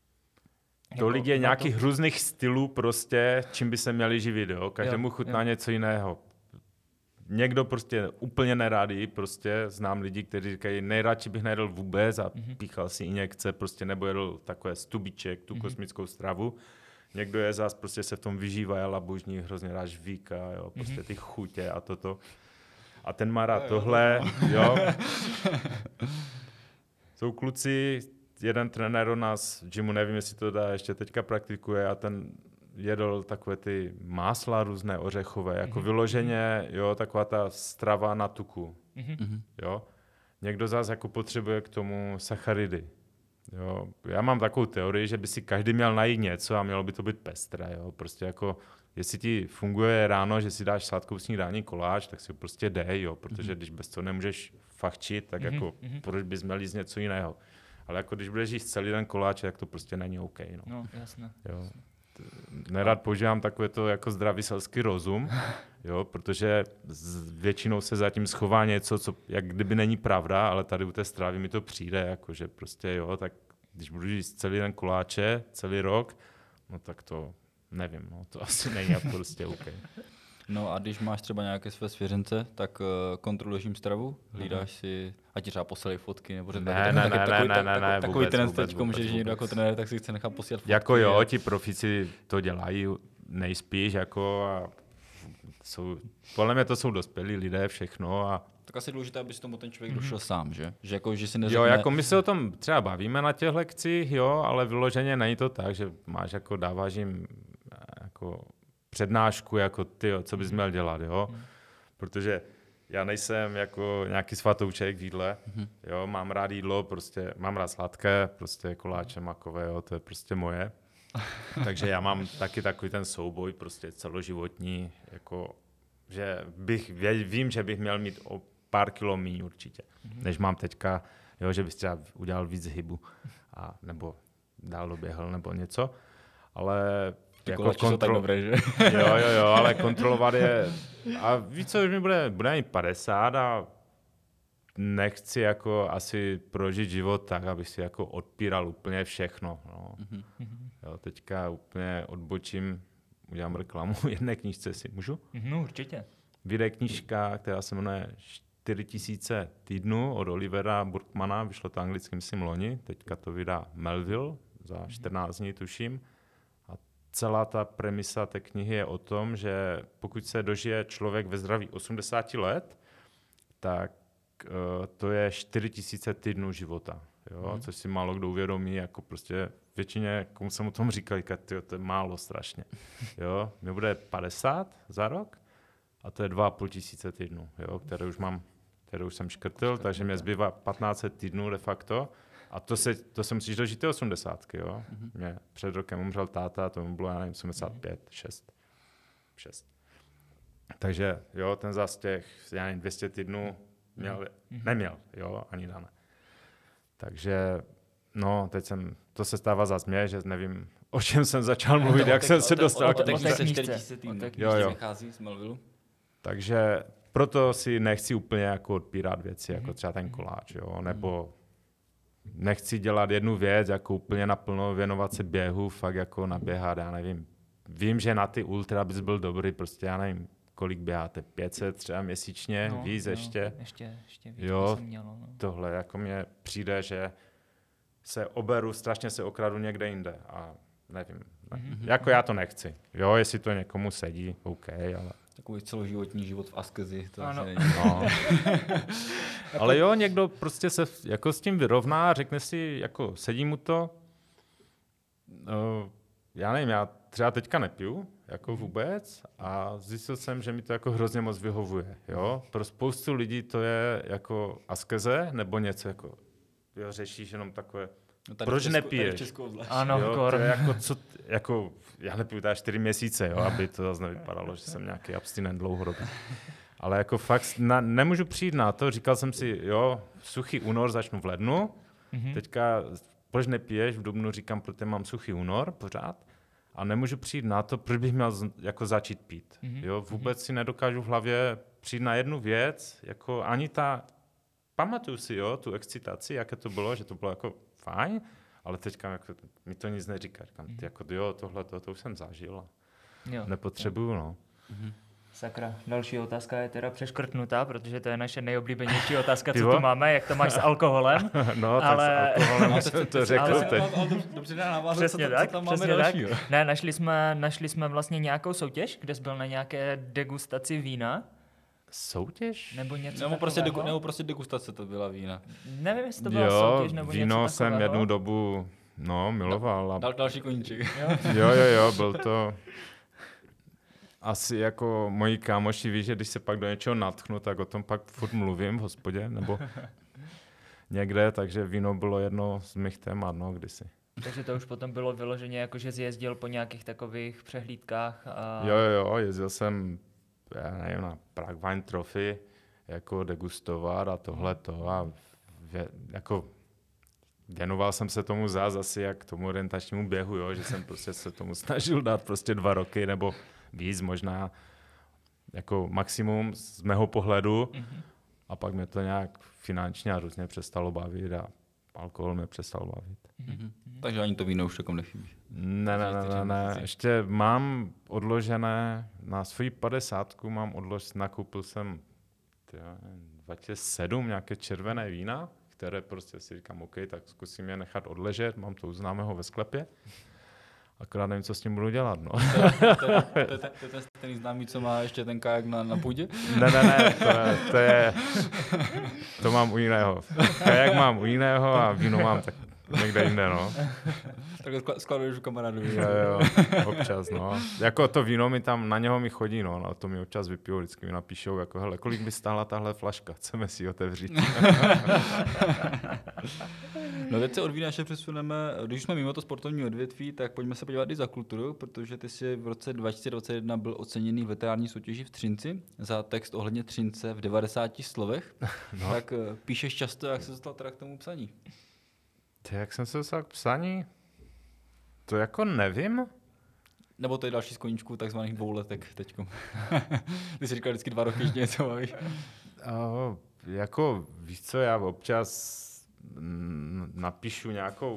tolik je nějakých to... různých stylů prostě, čím by se měli živit, jo. Každému jo, chutná jo. něco jiného. Někdo prostě úplně nerádi, prostě znám lidi, kteří říkají, nejradši bych nejedl vůbec a mm-hmm. píchal si injekce, prostě nebo jedl takové stubiček, tu mm-hmm. kosmickou stravu. někdo je zás, prostě se v tom vyžívá, je labužní, hrozně rád žvíka, jo, prostě ty chutě a toto. A ten má rád tohle, jo. Jsou kluci, jeden trenér u nás v gymu, nevím, jestli to dá, ještě teďka praktikuje a ten jedl takové ty másla různé ořechové, jako mm-hmm. vyloženě, jo, taková ta strava na tuku, mm-hmm. jo. Někdo zase jako potřebuje k tomu sacharidy, jo. Já mám takovou teorii, že by si každý měl najít něco a mělo by to být pestré, jo. Prostě jako, jestli ti funguje ráno, že si dáš sladkou snídaní koláč, tak si ho prostě dej, jo, protože mm-hmm. když bez toho nemůžeš fachčit, tak mm-hmm. jako mm-hmm. proč bys měl jíst něco jiného. Ale jako když budeš jíst celý den koláč, tak to prostě není OK, no. No, jasně. Jo. Nerad používám takové to jako zdravý selský rozum, jo, protože z, většinou se zatím schová něco, co jak kdyby není pravda, ale tady u té stravy mi to přijde, jako že prostě jo, tak když budu jíst celý den koláče, celý rok, no tak to nevím, no to asi není jako prostě OK. No a když máš třeba nějaké své svěřence, tak uh, kontroluješ jim stravu? Hlídáš si, ať ti třeba poslali fotky, nebo ne, ne, ne, takový, ne, ne, ne, takový trend teďkom, že někdo jako trenér, tak si chce nechat posílat fotky. Jako jo, ti profici to dělají nejspíš, jako a jsou, podle mě to jsou dospělí lidé, všechno a tak asi důležité, aby si tomu ten člověk došel mm-hmm. sám, že? Že jako, že si neřekne... Jo, jako my se o tom třeba bavíme na těch lekcích, jo, ale vyloženě není to tak, že máš jako, dáváš jim jako přednášku, jako ty, co bys měl dělat, jo. Mm. Protože já nejsem jako nějaký svatouček v jídle, mm. jo, mám rád jídlo, prostě mám rád sladké, prostě koláče makové, jo, to je prostě moje. Takže já mám taky takový ten souboj, prostě celoživotní, jako, že bych, vím, že bych měl mít o pár kilo míň určitě, mm. než mám teďka, jo, že bych třeba udělal víc hybu, a, nebo dál doběhl, nebo něco, ale jako kontrol... jsou tak dobré, že? Jo, jo, jo, ale kontrolovat je... A víš co, už mi bude, bude ani padesát a nechci jako asi prožít život tak, abych si jako odpíral úplně všechno. No. Mm-hmm. Jo, teďka úplně odbočím, udělám reklamu jedné knížce, si můžu? No, určitě. Vyjde knížka, která se jmenuje čtyři tisíce týdnů od Olivera Burkmana, vyšlo to anglicky, myslím, loni, teďka to vydá Melville, za čtrnáct dní tuším. Celá ta premisa té knihy je o tom, že pokud se dožije člověk ve zdraví osmdesát let, tak uh, to je čtyři tisíce týdnů života, jo? Mm. Což si málo kdo uvědomí, jako prostě většině, komu jsem o tom říkal, tyjo, to je málo strašně. Jo? Mě bude padesát za rok a to je dva a půl tisíce týdnů, jo? Které už mám, které už jsem škrtil, takže mě zbývá patnáct set týdnů de facto. A to se, to se musíš dožít ty osmdesátky, jo. Mm-hmm. Mě před rokem umřel táta, to mu bylo, já nevím, osmdesát pět, šest, šest. Takže jo, ten zas těch, já nevím, dvě stě týdnů měl, mm-hmm. neměl, jo, ani dané. Takže, no, teď jsem, to se stává zas mě, že nevím, o čem jsem začal mluvit, jak jsem se dostal k knížce. čtyři tisíce týdnů, jo, jo. Vychází z Melville. Takže proto si nechci úplně jako odpírat věci, mm-hmm. jako třeba ten koláč, jo, nebo nechci dělat jednu věc, jako úplně naplno věnovat se běhu, fakt jako naběhat, já nevím. Vím, že na ty ultra bys byl dobrý, prostě já nevím, kolik běháte, pět set třeba měsíčně, no, víc no, ještě. Ještě, ještě víc, jo, mělo, no. Tohle jako mně přijde, že se oberu, strašně se okradu někde jinde a nevím. Ne. Mm-hmm. Jako já to nechci. Jo, jestli to někomu sedí, OK, ale... Takový celoživotní život v askezi, to ano. asi není. No. Ale jo, někdo prostě se jako s tím vyrovná a řekne si, jako sedí mu to, no, já nevím, já třeba teďka nepiju, jako vůbec a zjistil jsem, že mi to jako hrozně moc vyhovuje, jo. Pro spoustu lidí to je jako askeze nebo něco jako, jo, řešíš jenom takové, no proč Česku, nepiješ? Ano, jo, to je jako, co, jako, já nepiju tady čtyři měsíce, jo, aby to zase nevypadalo, že jsem nějaký abstinent dlouhodobý. Ale jako fakt na, nemůžu přijít na to, říkal jsem si, jo, suchý únor začnu v lednu, mm-hmm. teďka proč nepiješ, v dubnu říkám, protože mám suchý únor pořád a nemůžu přijít na to, proč bych měl z, jako začít pít. Mm-hmm. Jo, vůbec mm-hmm. si nedokážu v hlavě přijít na jednu věc, jako ani ta, pamatuju si, jo, tu excitaci, jaké to bylo, že to bylo jako fajn, ale teďka jako, mi to nic neříká. Říkám, mm-hmm. jako, jo, tohle, to, to už jsem zažil. Jo, nepotřebuju, no. Mm-hmm. Sakra, další otázka je teda přeškrtnutá, protože to je naše nejoblíbenější otázka, co tu máme, jak to máš s alkoholem. No, ale... tak s alkoholem jsem to řekl ale, teď. Ale dobře dá navázat, přesně co, tak, co tam přesně máme tak. dalšího. Ne, našli jsme, našli jsme vlastně nějakou soutěž, kde jsi byl na nějaké degustaci vína. Soutěž? Nebo něco nebo prostě, takového? degu, nebo prostě degustace to byla vína. Nevím, jestli to byla jo, soutěž nebo něco víno takového. jsem jednu dobu no, miloval. A... Dal, další koníček. Jo? jo, jo, jo, byl to... Asi jako moji kámoši ví, že když se pak do něčeho natchnu, tak o tom pak furt mluvím v hospodě, nebo někde, takže víno bylo jedno z mých témat, no, kdysi. Takže to už potom bylo vyloženě jako, že jsi jezdil po nějakých takových přehlídkách a... Jo, jo, jo, jezdil jsem, já nevím, na Prague Wine Trophy, jako degustovat a tohleto a vě, jako věnoval jsem se tomu zás asi jak tomu orientačnímu běhu, jo, že jsem prostě se tomu snažil dát prostě dva roky nebo víc možná jako maximum z mého pohledu mm-hmm. a pak mě to nějak finančně a různě přestalo bavit a alkohol mě přestal bavit. Mm-hmm. Takže ani to víno už takom nechybí. Ne, ne, ne, ne, ne. Ještě mám odložené, na svoji padesátku mám odložené, nakoupil jsem tyjo, dva tisíce sedm nějaké červené vína, které prostě si říkám, OK, tak zkusím je nechat odležet, mám to u známého ve sklepě. Akorát nevím, co s tím budu dělat, no. To je ten známý, co má ještě ten kajak na, na půdě? Ne, ne, ne, to je, to je, to mám u jiného. Kajak mám u jiného a víno mám tak někde jinde, no. Tak skladuješ u kamarádu. Jo, jo, občas, no. Jako to víno mi tam, na něho mi chodí, no, na to mi občas vypijou, vždycky mi napíšou, jako, hele, kolik by stála tahle flaška, chceme si ji otevřít. No teď se od vína ještě přesuneme, když jsme mimo to sportovní odvětví, tak pojďme se podívat i za kulturu, protože ty jsi v roce dva tisíce dvacet jedna byl oceněný v literární soutěži v Třinci za text ohledně Třince v devadesáti slovech. No. Tak píšeš často, jak se dostal teda k tomu psaní? Ty, jak jsem se dostal k psaní? To jako nevím. Nebo to je další z koníčků takzvaných dvouletek teďkom. Ty jsi říkal vždycky dva roky, že něco bavíš. Uh, jako víš co, já občas napíšu nějakou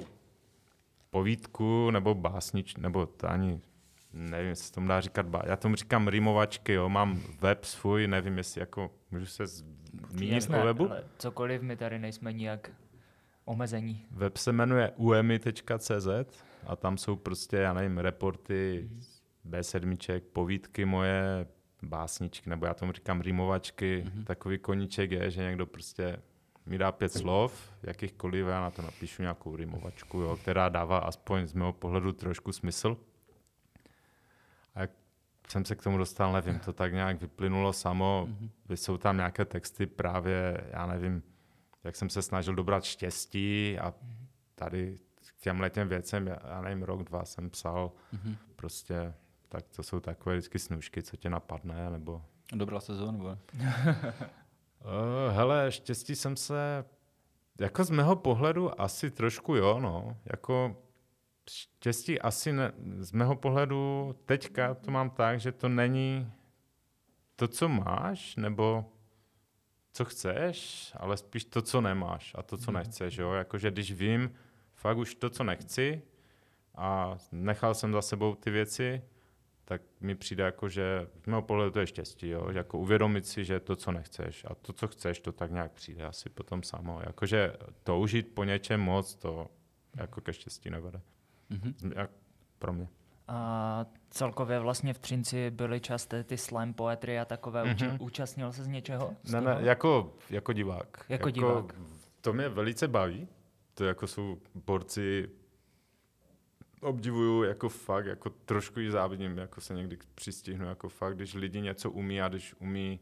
povídku nebo básnič, nebo to ani nevím, jestli tomu dá říkat, bá... já tomu říkám rýmovačky, jo, mám web svůj, nevím, jestli jako můžu se zmínit o webu. Ale cokoliv, my tady nejsme nijak omezení. Web se jmenuje u m i tečka c z a tam jsou prostě, já nevím, reporty, mm. bé sedm, povídky moje, básničky, nebo já tomu říkám rýmovačky. Mm-hmm. Takový koníček je, že někdo prostě mi dá pět slov, jakýchkoliv, já na to napíšu nějakou rýmovačku, jo, která dává aspoň z mého pohledu trošku smysl. A jak jsem se k tomu dostal, nevím, to tak nějak vyplynulo samo, mm-hmm. jsou tam nějaké texty právě, já nevím, jak jsem se snažil dobrat štěstí a tady k těmhle těm věcem, já nevím, rok, dva jsem psal, mm-hmm. prostě, tak to jsou takové vždycky snůžky, co tě napadne, nebo... Dobrá sezóna, bo? Uh, hele, štěstí jsem se, jako z mého pohledu asi trošku jo, no, jako štěstí asi ne, z mého pohledu teďka to mám tak, že to není to, co máš, nebo co chceš, ale spíš to, co nemáš a to, co nechceš, jo, jakože když vím fakt už to, co nechci a nechal jsem za sebou ty věci, tak mi přijde jako, že z mého pohledu to je štěstí, jo? Že jako uvědomit si, že to, co nechceš a to, co chceš, to tak nějak přijde asi potom samo. Jakože toužit po něčem moc, to jako ke štěstí nevede. Mm-hmm. Jak pro mě. A celkově vlastně v Třinci byly časté ty slam poetry a takové. Mm-hmm. Účastnil se z něčeho? Z ne, ne, jako, jako divák. Jako, jako divák. To mě velice baví. To jako jsou borci, obdivuju jako fakt, jako trošku i závidím, jako se někdy přistihnu, jako fakt, když lidi něco umí a když umí,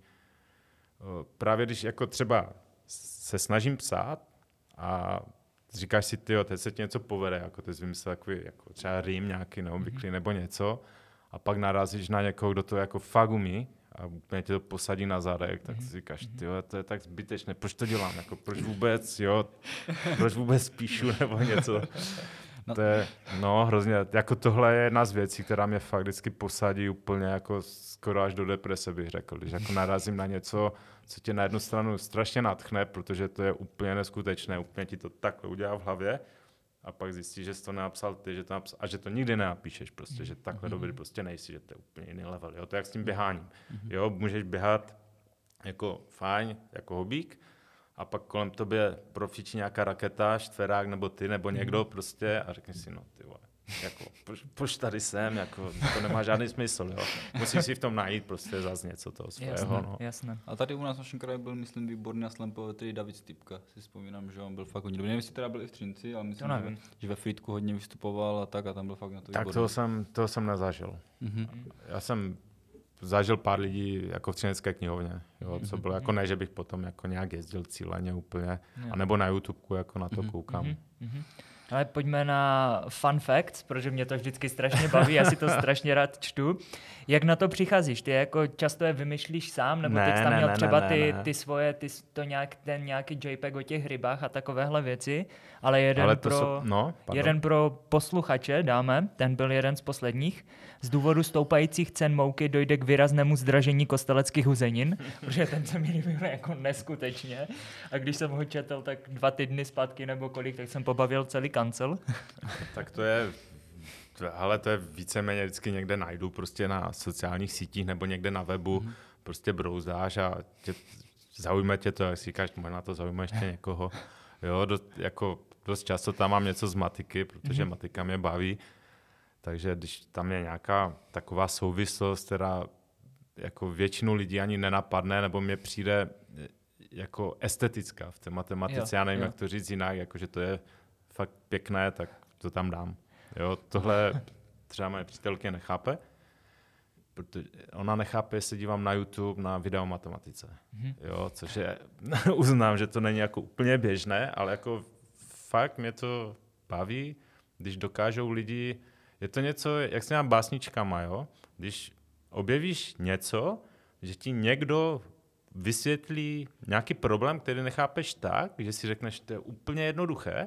právě když jako třeba se snažím psát a říkáš si, tyjo, teď se ti něco povede, jako ty jsi vymyslel takový, jako třeba rým nějaký neobvyklý mm-hmm. nebo něco a pak narazíš na někoho, kdo to jako fakt umí a úplně tě to posadí na zadek, tak si říkáš, tyjo, to je tak zbytečné, proč to dělám, jako proč vůbec, jo, proč vůbec píšu nebo něco. No. To je, no, hrozně, jako tohle je jedna z věcí, která mě fakt vždycky posadí úplně jako skoro až do deprese, bych řekl. Když jako narazím na něco, co tě na jednu stranu strašně nadchne, protože to je úplně neskutečné, úplně ti to takhle udělá v hlavě. a pak zjistíš, že jsi to nenapsal ty, že to napsal, a že to nikdy nenapíšeš prostě, že takhle mm-hmm. dobrý prostě nejsi, že to je úplně jiný level. Jo? To je jak s tím běháním. Mm-hmm. Jo, můžeš běhat jako fajn, jako hobík, a pak kolem tobě profíčí nějaká raketa, štverák nebo ty, nebo někdo mm-hmm. prostě a řekneš si, no ty vole, jako, poš tady sem, jako, to nemá žádný smysl, jo. Musíš si v tom najít prostě zase něco toho svého. Jasné, no. jasné. A tady u nás v našem kraji byl, myslím, výborný na slampově, tedy David Stýpka, si vzpomínám, že on byl fakt hodně dobrý. Nevím, jestli teda byl i v Třinci, ale myslím, že, že ve Frýdku hodně vystupoval a tak a tam byl fakt na to výborný. Tak toho jsem, toho jsem nezažil. Mm-hmm. Já jsem zažil pár lidí jako v Třinecké knihovně, jo, co bylo jako ne, že bych potom jako nějak jezdil cíleně úplně, anebo na YouTubeku jako na to koukám. Mm-hmm. Ale pojďme na fun facts, protože mě to vždycky strašně baví, já si to strašně rád čtu. Jak na to přicházíš? Ty jako často je vymýšlíš sám, nebo ne, teď tam ne, měl ne, třeba ne, ty, ne. ty svoje, ty to nějak, ten nějaký JPEG o těch rybách a takovéhle věci, ale jeden, ale pro, jsou, no, jeden pro posluchače dáme, ten byl jeden z posledních. Z důvodu stoupajících cen mouky dojde k výraznému zdražení kosteleckých uzenin, protože ten se mi líbil jako neskutečně. A když jsem ho četl tak dva týdny zpátky nebo kolik, tak jsem pobavil celý kancel. Tak to je, ale to je víceméně vždycky někde najdu prostě na sociálních sítích nebo někde na webu, mm. prostě brouzdáš a tě, zaujme tě to, jak si říkáš, možná to zaujme ještě někoho. Jo, do, jako dost často tam mám něco z matiky, protože mm. matika mě baví, takže když tam je nějaká taková souvislost, která jako většinu lidí ani nenapadne, nebo mě přijde jako estetická v té matematice, jo, já nevím, jo. jak to říct jinak, jako že to je fakt pěkné, tak to tam dám. Jo, tohle třeba moje přítelkyně nechápe, protože ona nechápe, jestli dívám na YouTube na video o matematice. Mm-hmm. Jo, což je, uznám, že to není jako úplně běžné, ale jako fakt mě to baví, když dokážou lidi, je to něco, jak s těma básničkama, jo, když objevíš něco, že ti někdo vysvětlí nějaký problém, který nechápeš tak, že si řekneš, to je úplně jednoduché,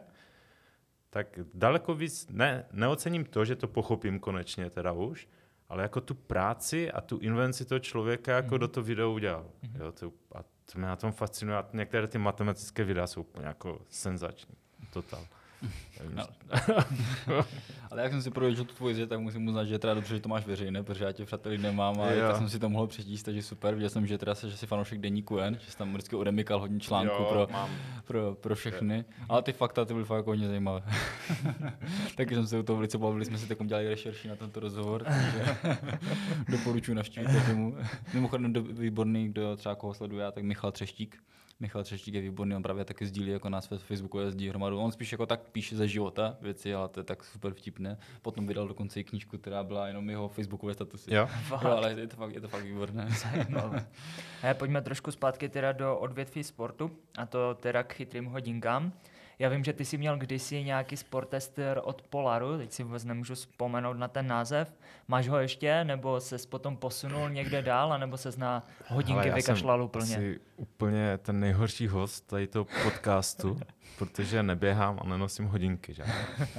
tak daleko víc ne, neocením to, že to pochopím konečně teda už, ale jako tu práci a tu invenci toho člověka jako mm. do toho videa udělal. Mm. Jo, to, a to mě na tom fascinuje. A některé ty matematické videa jsou úplně jako senzační. Total. No. Ale jak jsem si prověděl tu tvoji zvěd, tak musím uznat, že je teda dobře, že to máš veřejné, protože já tě přáteli nemám, ale tak jsem si to mohl přečíst, takže super. Viděl jsem, že teda se, že jsi fanoušek deníku N, že jsi tam vždycky odemykal hodně článků pro, pro, pro všechny, ale ty fakta ty byly fakt jako hodně zajímavé. Taky jsem se u toho velice bavili, jsme si takom dělali rešerši na tento rozhovor, takže doporučuji navštívit tomu. Mimochodem výborný, kdo třeba koho sleduje, tak Michal Třeštík. Michal Třeštík je výborný, on právě taky sdílí jako nás ve Facebooku, jezdí hromadu. On spíš jako tak píše ze života věci, ale to je tak super vtipné. Potom vydal dokonce i knížku, která byla jenom jeho facebookové statusy. Jo. jo ale je to fakt, je to fakt výborné. A pojďme trošku zpátky teda do odvětví sportu, a to teda k chytrým hodinkám. Já vím, že ty jsi měl kdysi nějaký sporttester od Polaru, teď si vůbec nemůžu vzpomenout na ten název. Máš ho ještě, nebo ses potom posunul někde dál, anebo ses na hodinky vykašlal úplně? Já jsem asi úplně ten nejhorší host tady toho podcastu, protože neběhám a nenosím hodinky. Že?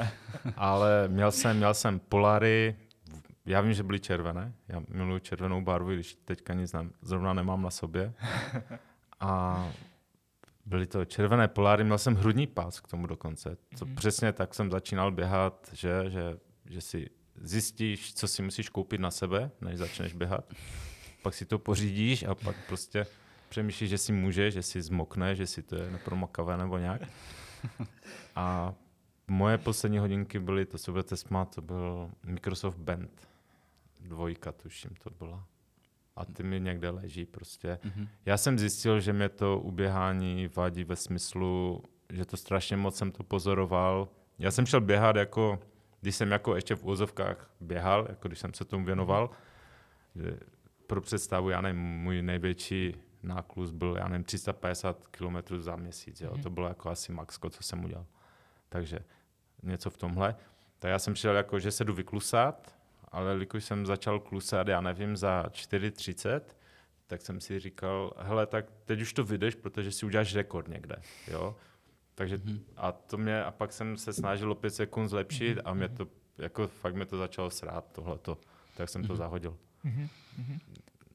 Ale měl jsem, měl jsem Polary, já vím, že byly červené, já miluji červenou barvu, když teďka nic ne, zrovna nemám na sobě. A byly to červené Polary, měl jsem hrudní pás k tomu dokonce. To mm. Přesně tak jsem začínal běhat, že, že, že si zjistíš, co si musíš koupit na sebe, než začneš běhat. Pak si to pořídíš a pak prostě přemýšlíš, že si můžeš, že si zmokne, že si to je nepromakavé nebo nějak. A moje poslední hodinky byly, to se budete smát, to byl Microsoft Band. Dvojka, tuším, to byla. A ty mi někde leží prostě. Mm-hmm. Já jsem zjistil, že mě to uběhání vadí ve smyslu, že to strašně moc jsem to pozoroval. Já jsem šel běhat jako, když jsem jako ještě v úvozovkách běhal, jako když jsem se tomu věnoval. Že pro představu, já nevím, můj největší náklus byl, já nevím, tři sta padesát kilometrů za měsíc. Jo. Mm-hmm. To bylo jako asi maxko, co jsem udělal. Takže něco v tomhle. Tak já jsem šel jako, že se jdu vyklusat, ale když jsem začal klusat, já nevím, za čtyři třicet, tak jsem si říkal, hele, tak teď už to vydeš, protože si uděláš rekord někde, jo. Takže mm-hmm. a to mě, a pak jsem se snažil o pět sekund zlepšit mm-hmm. a mě to, jako fakt mě to začalo srát, tohleto, tak jsem mm-hmm. to zahodil. Mm-hmm.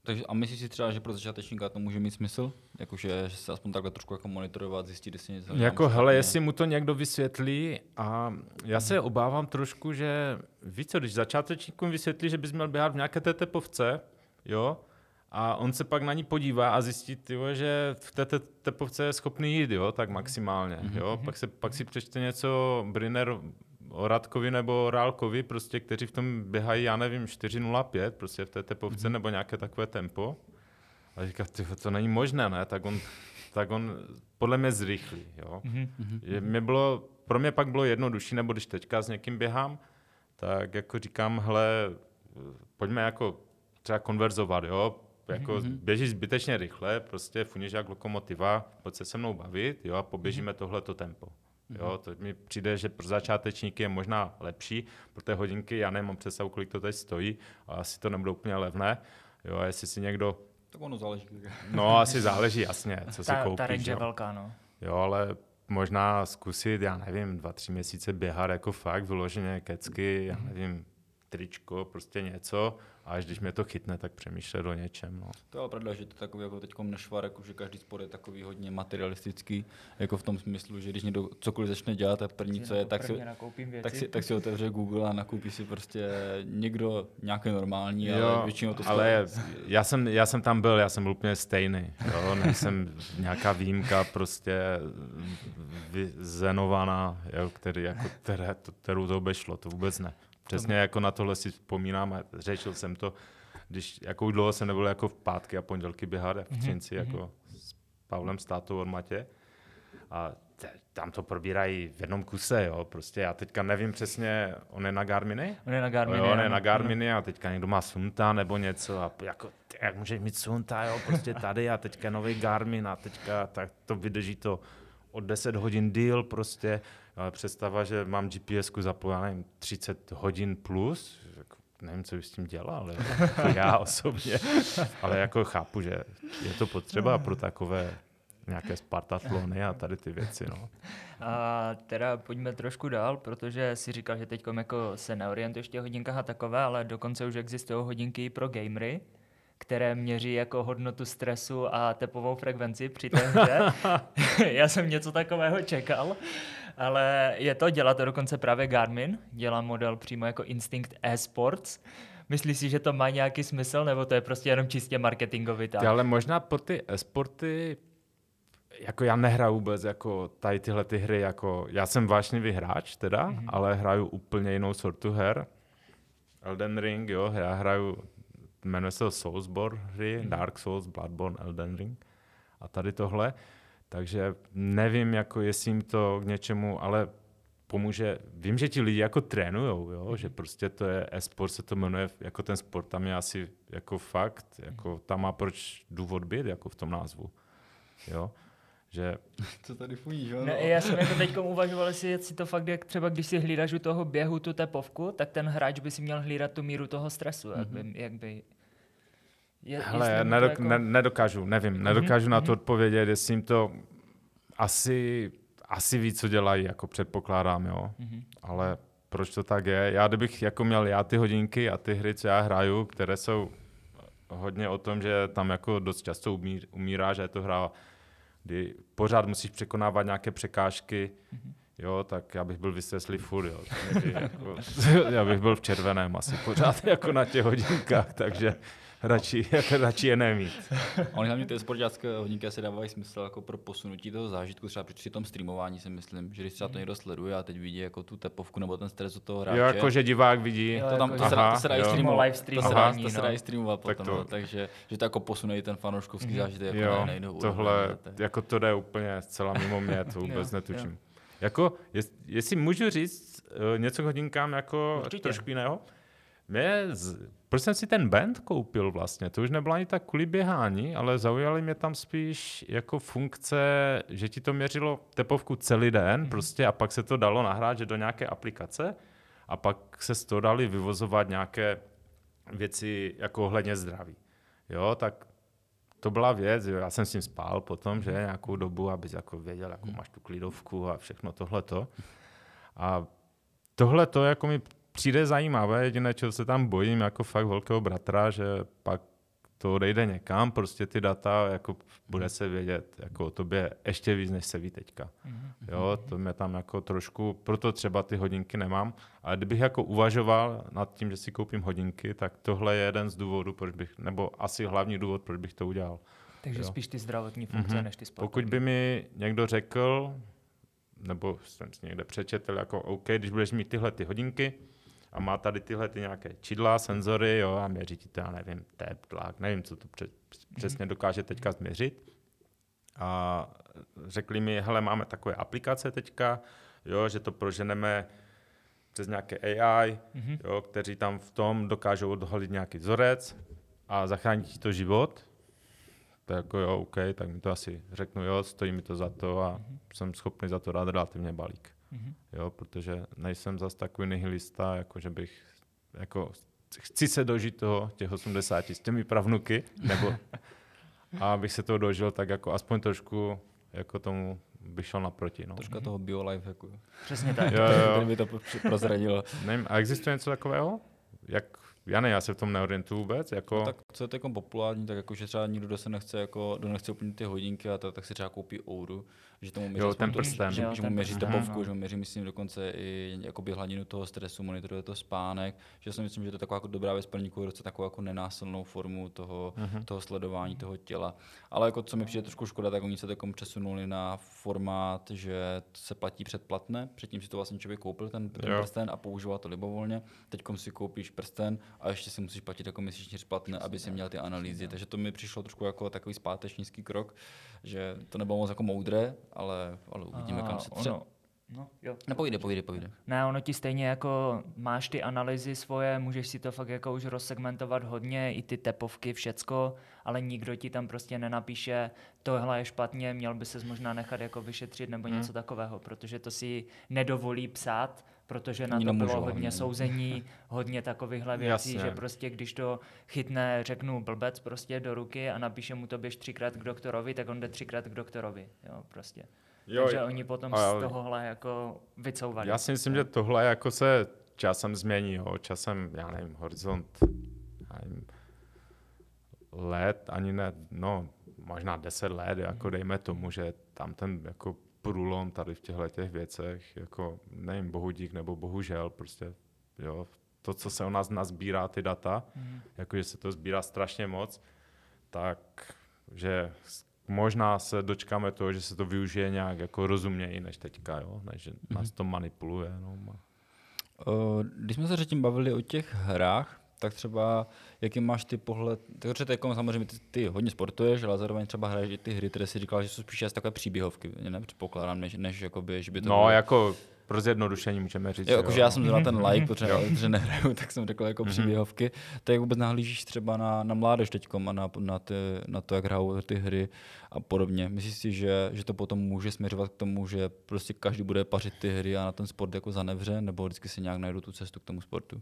Takže a myslíš si třeba, že pro začátečníka to může mít smysl? Jakože že se aspoň takhle trošku jako monitorovat, zjistit, jestli něco... Jako hele, jestli mu to někdo vysvětlí a já se hmm. obávám trošku, že víš co, když začátečníkům vysvětlí, že bys měl běhat v nějaké té tepovce, jo, a on se pak na ní podívá a zjistí, tyjo, že v té tepovce je schopný jít, jo, tak maximálně, mm-hmm. jo, pak, se, pak si přečte něco Brynner o Radkovi nebo o Rálkovi, prostě, kteří v tom běhají, já nevím, čtyři nula pět, prostě v té tepovce, mm-hmm. nebo nějaké takové tempo. A říká, tyjo, to není možné, ne, tak on, tak on podle mě zrychlí, jo. Mm-hmm. Že mě bylo, pro mě pak bylo jednodušší, nebo když teďka s někým běhám, tak jako říkám, hele, pojďme jako třeba konverzovat, jo, jako mm-hmm. běžíš zbytečně rychle, prostě funíš jak lokomotiva, pojď se se mnou bavit, jo, a poběžíme mm-hmm. tohleto tempo. Jo, to mi přijde, že pro začátečníky je možná lepší, pro té hodinky já nemám představu, kolik to teď stojí, a asi to nebude úplně levné, jo, a jestli si někdo... Tak ono záleží. No, asi záleží, jasně, co ta, si koupíš. Ta range je velká, no. Jo, ale možná zkusit, já nevím, dva, tři měsíce běhat jako fakt, vyloženě kecky, já nevím, tričko, prostě něco, a až když mě to chytne, tak přemýšlet o něčem. No. To je ale pravda, že to je takový jako teďkom nešvar, jako že každý sport je takový hodně materialistický, jako v tom smyslu, že když někdo cokoliv začne dělat a první, co je, tak si, tak, si, tak si otevře Google a nakoupí si prostě někdo nějaké normální, jo, ale většinou to ale já jsem, já jsem tam byl, já jsem byl úplně stejný, jo, nejsem nějaká výjimka prostě vyzenovaná, jo, který, jako, které, kterou to obešlo, to vůbec ne. Přesně jako na tohle si vzpomínám a řešil jsem to, když jakou dlouho jsem nebyl jako v pátky a pondělky běhat v Třinci, mm-hmm. jako s Pavlem Státou od Matě. A te, tam to probírají v jednom kuse, jo, prostě já teďka nevím přesně, on je na Garminy? On je na Garminy. Jo, on je na Garminy a teďka někdo má Sunta nebo něco a jako, jak můžeš mít Sunta, jo, prostě tady a teďka nový Garmin a teďka tak to vydrží to o deset hodin díl prostě. Ale představa, že mám G P S ku zapojenou třicet hodin plus, jako nevím, co bych s tím dělal, ale já osobně, ale jako chápu, že je to potřeba pro takové nějaké spartatlony a tady ty věci. No. A teda pojďme trošku dál, protože si říkal, že teď jako se neorientuješ v těch hodinkách a takové, ale dokonce už existují hodinky pro gamery, které měří jako hodnotu stresu a tepovou frekvenci při té hře. Já jsem něco takového čekal, ale je to, dělá to dokonce právě Garmin, dělá model přímo jako Instinct eSports. Myslíš si, že to má nějaký smysl, nebo to je prostě jenom čistě marketingovitá? Ale možná po ty eSporty, jako já nehraju vůbec jako tady tyhle ty hry, jako já jsem vášnivý hráč teda, mm-hmm. ale hraju úplně jinou sortu her. Elden Ring, jo, já hraju, jmenuje se Soulsborne hry, mm-hmm. Dark Souls, Bloodborne, Elden Ring a tady tohle. Takže nevím, jako jestli jim to k něčemu, ale pomůže. Vím, že ti lidi jako trénujou, jo? Mm-hmm. Že prostě to je e-sport, se to jmenuje, jako ten sport tam je asi jako fakt, jako tam má proč důvod být, jako v tom názvu. Jo? Že... Co tady funí, jo? Ne, já jsem jako teďkom uvažoval, jestli si to fakt, jak třeba když si hlídáš u toho běhu tu tepovku, tak ten hráč by si měl hlídat tu míru toho stresu, mm-hmm. jak by... Jak by... Je, Hele, nedok- jako... ne, nedokážu, nevím, mm-hmm. nedokážu na to mm-hmm. odpovědět, jestli jim to asi, asi ví, co dělají, jako předpokládám, jo. Mm-hmm. Ale proč to tak je? Já kdybych jako měl já ty hodinky a ty hry, co já hraju, které jsou hodně o tom, že tam jako dost často umí, umírá, že je to hra, kdy pořád musíš překonávat nějaké překážky, mm-hmm. jo, tak já bych byl vystreslý furt, jo. Jako, já bych byl v červeném asi pořád jako na těch hodinkách, takže radši, jako radši je nemít. Oni hlavně ty sportácké hodinky asi dávají smysl jako pro posunutí toho zážitku, třeba při tom streamování si myslím, že když třeba to někdo sleduje a teď vidí jako tu tepovku nebo ten stres od toho hráče. Jo, jako že divák vidí. Jo, to tam jako to se dá, to se dá i streamovat, live streamování, to se dá i streamovat tak potom, to... no, takže že to jako posunejí ten fanouškovský mm-hmm. zážitek jako jo, nejdou. Tohle, jako to jde úplně zcela mimo mě, to vůbec jo, netuším. Jo. Jako, jest, jestli můžu říct uh, něco k hodinkám jako určitě. Trošku jiného? Mě z... Proč jsem si ten band koupil vlastně? To už nebylo ani tak kvůli běhání, ale zaujaly mě tam spíš jako funkce, že ti to měřilo tepovku celý den mm-hmm. prostě a pak se to dalo nahrát, že do nějaké aplikace a pak se z toho dali vyvozovat nějaké věci jako ohledně zdraví. Jo, tak to byla věc, jo. Já jsem s tím spál potom, že nějakou dobu, abys jako věděl, jakou máš tu klidovku a všechno tohleto. A tohleto jako mi přijde zajímavé, jediné, čeho se tam bojím, jako fakt velkého bratra, že pak to odejde někam, prostě ty data, jako bude se vědět jako o tobě ještě víc, než se ví teďka. Jo, to mě tam jako trošku, proto třeba ty hodinky nemám, ale kdybych jako uvažoval nad tím, že si koupím hodinky, tak tohle je jeden z důvodů, proč bych, nebo asi hlavní důvod, proč bych to udělal. Takže jo. Spíš ty zdravotní funkce, mm-hmm. než ty sportovní. Pokud by mi někdo řekl, nebo jsem si někde přečetl, jako OK, když budeš mít tyhle ty hodinky a má tady tyhle ty nějaké čidla, senzory, jo, a měří ti to, já nevím, tep, tlak, nevím, co to pře- přesně dokáže teďka změřit. A řekli mi, hele, máme takové aplikace teďka, jo, že to proženeme přes nějaké A I, mm-hmm. jo, kteří tam v tom dokážou odhalit nějaký vzorec a zachránit ti to život. Tak jako jo, OK, tak mi to asi řeknu, jo, stojí mi to za to a mm-hmm. jsem schopný za to dát relativně balík. Mm-hmm. Jo, protože nejsem zas takový nihilista, jako že bych, jako chci se dožít toho, těch osmdesáti s těmi pravnuky, nebo a abych se toho dožil, tak jako aspoň trošku jako tomu bych šel naproti. No. Troška toho biolife hacku. Přesně tak. Jo, jo. Ten by to prozradilo. Nevím, a existuje něco takového? Jak Já ne, já se v tom neorientuju vůbec. Jako... No, tak co je to jako populární, tak jako, že třeba někdo, kdo se nechce, jako, kdo nechce úplně ty hodinky, a to, tak si třeba koupí Ouru, že tomu měří, jo, ten prsten. že, jo, že ten mu měří prsten. tepovku, Aha. že mu měří, myslím, dokonce i jakoby hladinu toho stresu, monitoruje to spánek, že si myslím, že to je taková jako dobrá věc pro někoho, kdo chce takovou jako nenásilnou formu toho, uh-huh. toho sledování toho těla. Ale jako co mi přijde trošku škoda, tak oni se takom přesunuli na formát, že se platí předplatné, předtím si to vlastně člověk koupil ten, ten prsten a používal to libovolně, teďkom si koupíš prsten a ještě si musíš platit jako měsíční předplatné, aby si měl ty analýzy. Takže to mi přišlo trošku jako takový zpátečnický krok, že to nebylo moc jako moudré, ale, ale uvidíme, kam se tře... Ono, no, jo. No povídej, povídej, povídej. Ne, ono ti stejně jako máš ty analýzy svoje, můžeš si to fakt jako už rozsegmentovat hodně, i ty tepovky, všecko, ale nikdo ti tam prostě nenapíše, tohle je špatně, měl by ses možná nechat jako vyšetřit nebo hmm. něco takového, protože to si nedovolí psát, protože na Oni to nemůžou, bylo hodně ne? souzení, hodně takovýchhle věcí, Jasně. že prostě když to chytne, řeknu blbec prostě do ruky a napíše mu to běž třikrát k doktorovi, tak on jde třikrát k doktorovi, jo, prostě. Jo, Takže oni potom a, z tohohle jako vycouvali. Já si myslím, že tohle jako se časem změní, jo. Časem, já nevím, horizont já nevím, let, ani ne, no možná deset let, jako dejme tomu, že tam ten jako průlom tady v těchto těch věcech, jako nevím, bohudík nebo bohužel, prostě jo, to, co se u nás nazbírá, ty data, mm. jakože se to sbírá strašně moc, tak že možná se dočkáme toho, že se to využije nějak jako rozumněji než teďka, jo? Než že mm-hmm. nás to manipuluje. No. Uh, když jsme se předtím bavili o těch hrách, tak třeba jaký máš ty pohled, takže ty, jako samozřejmě ty, ty hodně sportuješ, ale zároveň třeba hraješ i ty hry, které si říkal, že jsou spíš takové příběhovky, ne, předpokládám, než, než jakoby, že by to No bylo... jako pro zjednodušení můžeme říct. Jo, jakože já jsem zrovna ten like, protože, protože nehraju, tak jsem řekl jako příběhovky. Tak jak vůbec nahlížíš třeba na, na mládež teďkom a na, na, ty, na to, jak hrajou ty hry a podobně. Myslíš si, že, že to potom může směřovat k tomu, že prostě každý bude pařit ty hry a na ten sport jako zanevře, nebo vždycky si nějak najdu tu cestu k tomu sportu?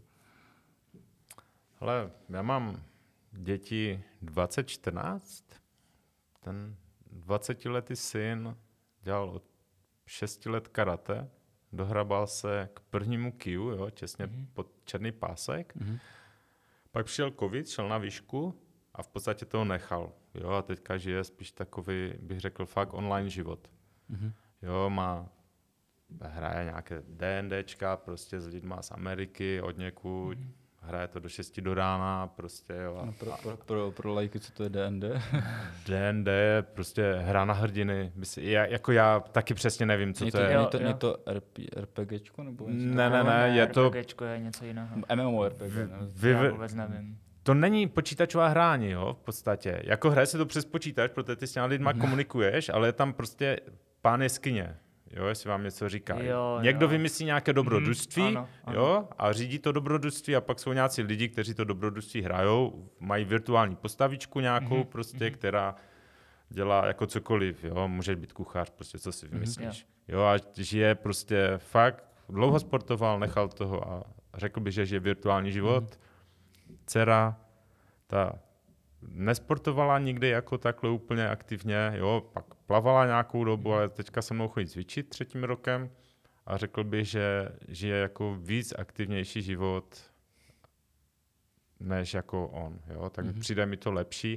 Hele, já mám děti dvacet čtrnáct, ten dvacetiletý syn dělal od šesti let karate, dohrabal se k prvnímu kiju, jo, těsně mm-hmm. pod černý pásek. Mm-hmm. Pak přišel covid, šel na výšku a v podstatě toho nechal. Jo, a teďka žije spíš takový, bych řekl, fakt online život. Mm-hmm. Jo, má, hraje nějaké DNDčka prostě s lidma z Ameriky, od někud, mm-hmm. hraje to do šesti do rána, prostě jo. A, no pro, pro, pro, pro lajky, co to je D N D? D N D je prostě hra na hrdiny. Já, jako já taky přesně nevím, co je to, to je. Je to, je to RPGčko? Nebo ne, ne, ne, je to... RPGčko je něco jiného. MMORPG. Vy, já vůbec nevím. To není počítačová hraní, jo, v podstatě. Jako hraje se to přes počítač, protože ty s těma lidma komunikuješ, ale je tam prostě pán jeskyně. Jo, jestli vám něco říká. Jo, Někdo jo. vymyslí nějaké dobrodružství, mm, ano, ano. jo, a řídí to dobrodružství a pak jsou nějací lidi, kteří to dobrodružství hrajou, mají virtuální postavičku nějakou mm, prostě, mm. která dělá jako cokoliv, jo, může být kuchař, prostě co si vymyslíš. Mm, jo, a žije prostě fakt, dlouho sportoval, nechal toho a řekl bych, že žije virtuální život. Mm. Dcera, ta nesportovala nikdy jako takhle úplně aktivně, jo, pak plavala nějakou dobu, ale teďka se mnou chodí cvičit třetím rokem a řekl bych, že žije jako víc aktivnější život, než jako on. Jo? Tak mm-hmm. přijde mi to lepší.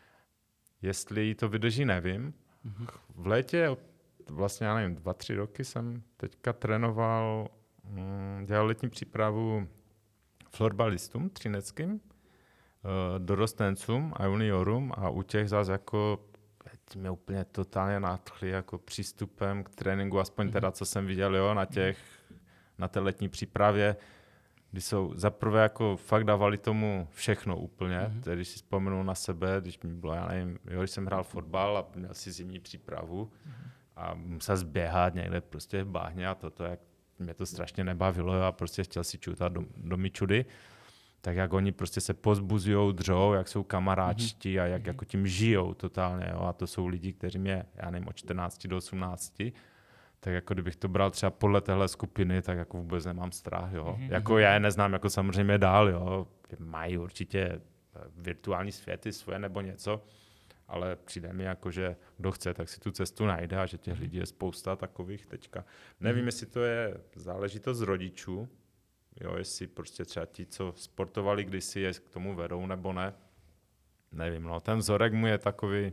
Jestli to vydrží, nevím. Mm-hmm. V létě, vlastně já nevím, dva, tři roky jsem teďka trénoval, mm, dělal letní přípravu florbalistům třineckým, dorostencům a juniorům a u těch zase jako mě úplně totálně nadchli jako přístupem k tréninku, aspoň mm-hmm. teda, co jsem viděl, jo, na těch, na té letní přípravě, kdy jsou zaprvé jako fakt dávali tomu všechno úplně, mm-hmm. tedy když si vzpomenu na sebe, když mi bylo, já nevím, jo, když jsem hrál fotbal a měl si zimní přípravu mm-hmm. a musel zběhat někde prostě v bahně a toto, jak mě to strašně nebavilo a prostě chtěl si čutat do, do mičudy, tak jak oni prostě se pozbuzujou, dřou, jak jsou kamaráčtí mm-hmm. a jak jako tím žijou totálně, jo, a to jsou lidi, kteří mě, já nevím, od čtrnácti do osmnácti, tak jako kdybych to bral třeba podle téhle skupiny, tak jako vůbec nemám strach, jo. Mm-hmm. Jako já je neznám jako samozřejmě dál, jo. Mají určitě virtuální světy svoje nebo něco, ale přijde mi jako, že kdo chce, tak si tu cestu najde a že těch lidí je spousta takových teďka. Nevím, mm-hmm. jestli to je záležitost rodičů, jo, jestli prostě třeba ti, co sportovali kdysi, je k tomu vedou nebo ne. Nevím, no. Ten vzorek mu je takový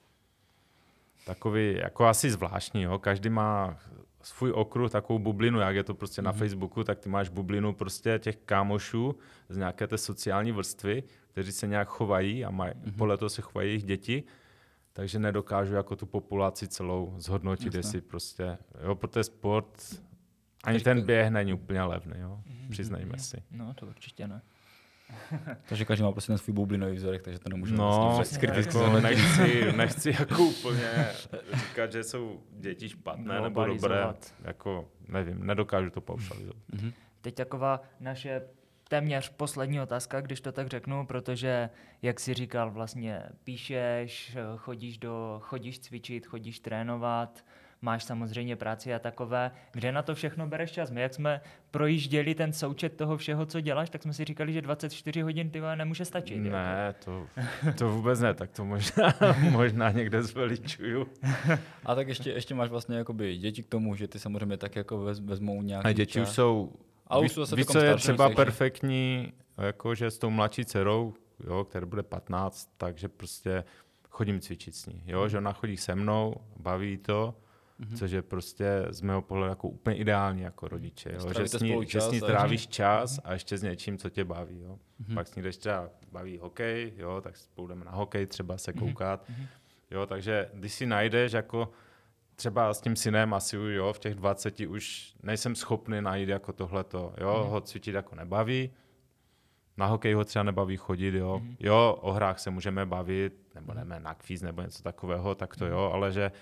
takový jako asi zvláštní, jo. Každý má svůj okruh, takovou bublinu, jak je to prostě mm-hmm. na Facebooku, tak ty máš bublinu prostě těch kámošů z nějaké té sociální vrstvy, kteří se nějak chovají a maj, mm-hmm. podle toho se chovají jejich děti, takže nedokážu jako tu populaci celou zhodnotit, Jasne. jestli prostě, jo, protože sport, ani ten běh není úplně levný, jo, mm-hmm. přiznejme mm-hmm. si. No, to určitě ne. Takže každý má prostě ten svůj bublinový vzorek, takže to nemůžeme no, vlastně jako nechci, nechci jako úplně říkat, že jsou děti špatné nebo dobré, jako nevím, nedokážu to paušalizovat. Mm-hmm. Teď taková naše téměř poslední otázka, když to tak řeknu, protože, jak jsi říkal, vlastně píšeš, chodíš, do, chodíš cvičit, chodíš trénovat, máš samozřejmě práci a takové. Kde na to všechno bereš čas? My jak jsme projížděli ten součet toho všeho, co děláš, tak jsme si říkali, že dvacet čtyři hodin ty nemůže stačit. Ne, to, to vůbec ne, tak to možná, možná někde zveličuju. A tak ještě, ještě máš vlastně jakoby děti k tomu, že ty samozřejmě tak jako vez, vezmou nějaký A děti čas. už jsou, a už jsou víš, co je třeba perfektní, jako že s tou mladší dcerou, jo, která bude patnáct, takže prostě chodím cvičit s ní, jo, že ona chodí se mnou, baví to, Mm-hmm. což je prostě z mého pohledu jako úplně ideální jako rodiče, jo? Že, s ní, že s ní trávíš čas a ještě s něčím, co tě baví. Jo? Mm-hmm. Pak s ní jdeš třeba baví hokej, jo? Tak půjdeme na hokej třeba se koukat. Mm-hmm. Jo? Takže když si najdeš jako třeba s tím synem asi jo, v těch dvaceti už nejsem schopný najít jako tohleto, jo? Mm-hmm. ho cvičit jako nebaví, na hokej ho třeba nebaví chodit, jo? Mm-hmm. jo, o hrách se můžeme bavit, nebo jdeme na kvíz nebo něco takového, tak to jo, ale že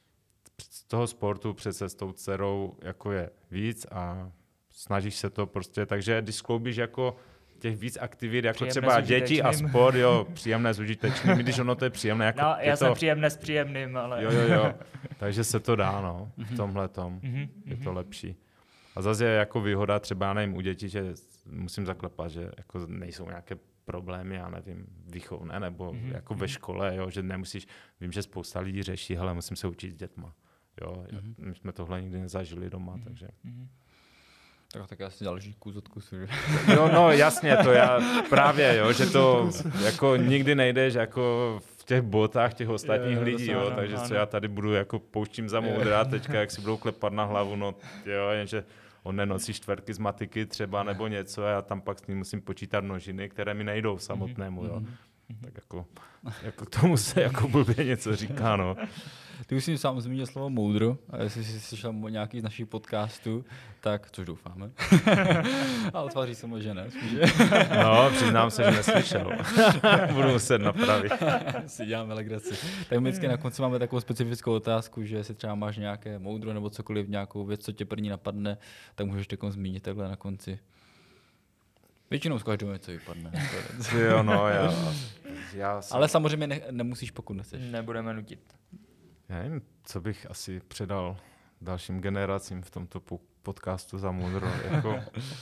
z toho sportu přece s tou dcerou jako je víc a snažíš se to prostě, takže když skloubíš jako těch víc aktivit, jako příjemné třeba děti a sport, jo, příjemné s užitečným, když ono to je příjemné. Jako no, já je jsem to... příjemné s příjemným, ale... Jo, jo, jo, takže se to dá, no, v tomhletom, mm-hmm. je to lepší. A zase je jako výhoda třeba, já nevím, u dětí, že musím zaklepat, že jako nejsou nějaké problémy, já nevím, výchovné, nebo mm-hmm. jako ve škole, jo, že nemusíš, vím, že spousta lidí řeší, hele, musím se učit s dětma. Jo, mm-hmm. my jsme tohle nikdy nezažili doma, mm-hmm. takže... Mm-hmm. Tak, tak asi další kus od kusu. Jo, no jasně, to já právě, jo, že to jako nikdy nejdeš jako v těch botách těch ostatních je, lidí, jo, ano, takže ano. co já tady budu jako pouštím za moudra, teďka jak si budou klepat na hlavu, no jo, jenže on nenosí čtvrtky z matiky třeba nebo něco a já tam pak s ním musím počítat množiny, které mi nejdou samotnému, jo. Tak jako, jako k tomu se jako blbě něco říká, no. Ty už jsi sám zmínil slovo moudro, a jestli jsi slyšel nějaký z našich podcastů, tak, což doufáme, ale tváří se možná ne. No, přiznám se, že neslyšel. Budu muset napravit. Si děláme legraci. Tak my vždycky na konci máme takovou specifickou otázku, že jestli třeba máš nějaké moudro nebo cokoliv, nějakou věc, co tě první napadne, tak můžeš takom zmínit takhle na konci. Většinou z každého něco vypadne. Jo, no, já, já jsem... Ale samozřejmě ne, nemusíš, pokud nechceš. Nebudeme nutit. Já nevím, co bych asi předal dalším generacím v tomto podcastu za moudro. Jako...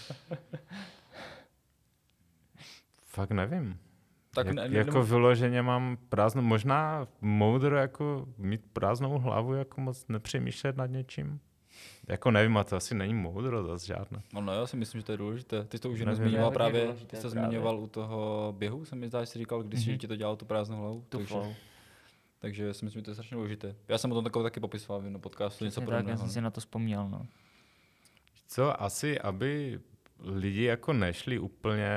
Fakt nevím. Tak Jak, ne, ne, jako nemůžu... vyloženě mám prázdnou, možná moudro jako mít prázdnou hlavu, jako moc nepřemýšlet nad něčím. Jako nevím, a to asi není moudro zase žádné. No, no já si myslím, že to je důležité. Ty jsi to už jenom zmiňoval právě, ty jsi to zmiňoval u toho běhu, se mi zdá, že jsi říkal, když mm-hmm. ti to dělalo tu prázdnou hlavu. Tu takže, flow. takže si myslím, že to je strašně důležité. Já jsem o tom takovou taky popisoval v podcastu. Něco tak, já jsem si na to vzpomněl. No. Co asi, aby lidi jako nešli úplně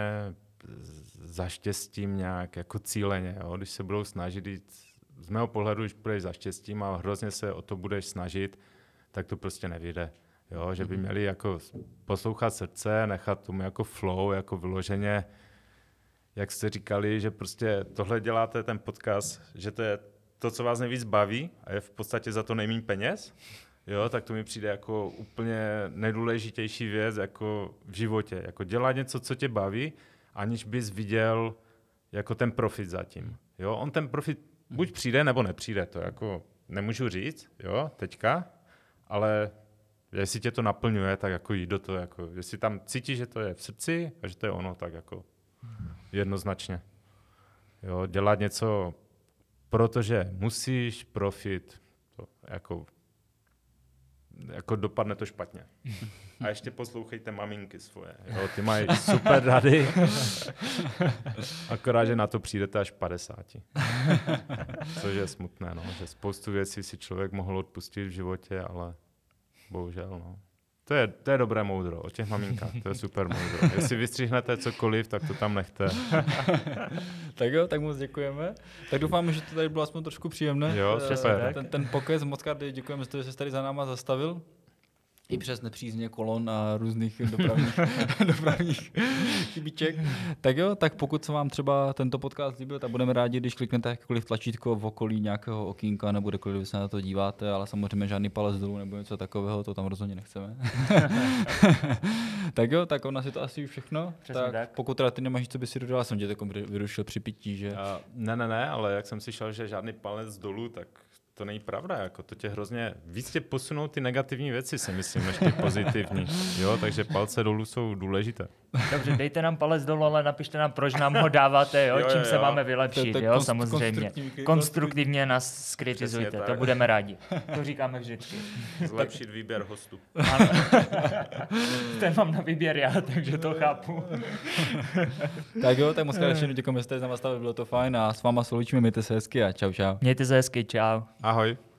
za štěstím nějak jako cíleně, jo? Když se budou snažit jít, z mého pohledu, když budeš za štěstím a hrozně se o to budeš snažit, tak to prostě nevyjde. Jo? Že by měli jako poslouchat srdce, nechat tomu jako flow, jako vyloženě, jak jste říkali, že prostě tohle děláte ten podcast, že to je to, co vás nejvíc baví a je v podstatě za to nejméně peněz, jo, tak to mi přijde jako úplně nejdůležitější věc jako v životě. Jako dělat něco, co tě baví, aniž bys viděl jako ten profit zatím. Jo, on ten profit buď přijde, nebo nepřijde, to jako nemůžu říct, jo, teďka, ale jestli tě to naplňuje, tak jako jít do toho, jako, jestli tam cítíš, že to je v srdci a že to je ono, tak jako jednoznačně. Jo, dělat něco, protože musíš, profit, to jako jako dopadne to špatně. A ještě poslouchejte maminky svoje. Jo, ty mají super rady, akorát, že na to přijdete až padesáti. Což je smutné, no, že spoustu věcí si člověk mohl odpustit v životě, ale bohužel, no. To je, to je dobré moudro o těch maminkách, to je super moudro. Jestli vystřihnete cokoliv, tak to tam nechte. Tak jo, tak moc děkujeme. Tak doufám, že to tady bylo aspoň trošku příjemné. Jo, super. Ten, ten pokec, moc krát děkujeme, že jsi tady za náma zastavil. I přes nepřízně kolon a různých dopravních, dopravních chybiček. Tak jo, tak pokud se vám třeba tento podcast líbil, tak budeme rádi, když kliknete jakkoliv tlačítko v okolí nějakého okýnka nebo kdekoliv se na to díváte, ale samozřejmě žádný palec dolů nebo něco takového, to tam rozhodně nechceme. Tak jo, tak ona si to asi už všechno. Tak, tak pokud teda ty nemáš, co by si dodal, jsem tě takom vyrušil při pití, že? A, ne, ne, ne, ale jak jsem slyšel, že žádný palec dolů, tak to není pravda, jako to tě hrozně, víc tě posunou ty negativní věci, si myslím, než ty pozitivní, jo, takže palce dolů jsou důležité. Dobře, dejte nám palec dolů, ale napište nám, proč nám ho dáváte, jo, jo čím jo, se jo. máme vylepšit, to, to jo, konst, samozřejmě. Konstruktivně, konstruktivně nás skritizujte, to budeme rádi. To říkáme vždycky. Zlepšit výběr hostů. Ano. Ten mám na výběr já, takže to chápu. Tak jo, tak moc krát děkujeme, že jste tam nastavili, bylo to fajn a s váma se loučíme, mějte se hezky a čau, čau. Mějte se hezky, čau. Ahoj.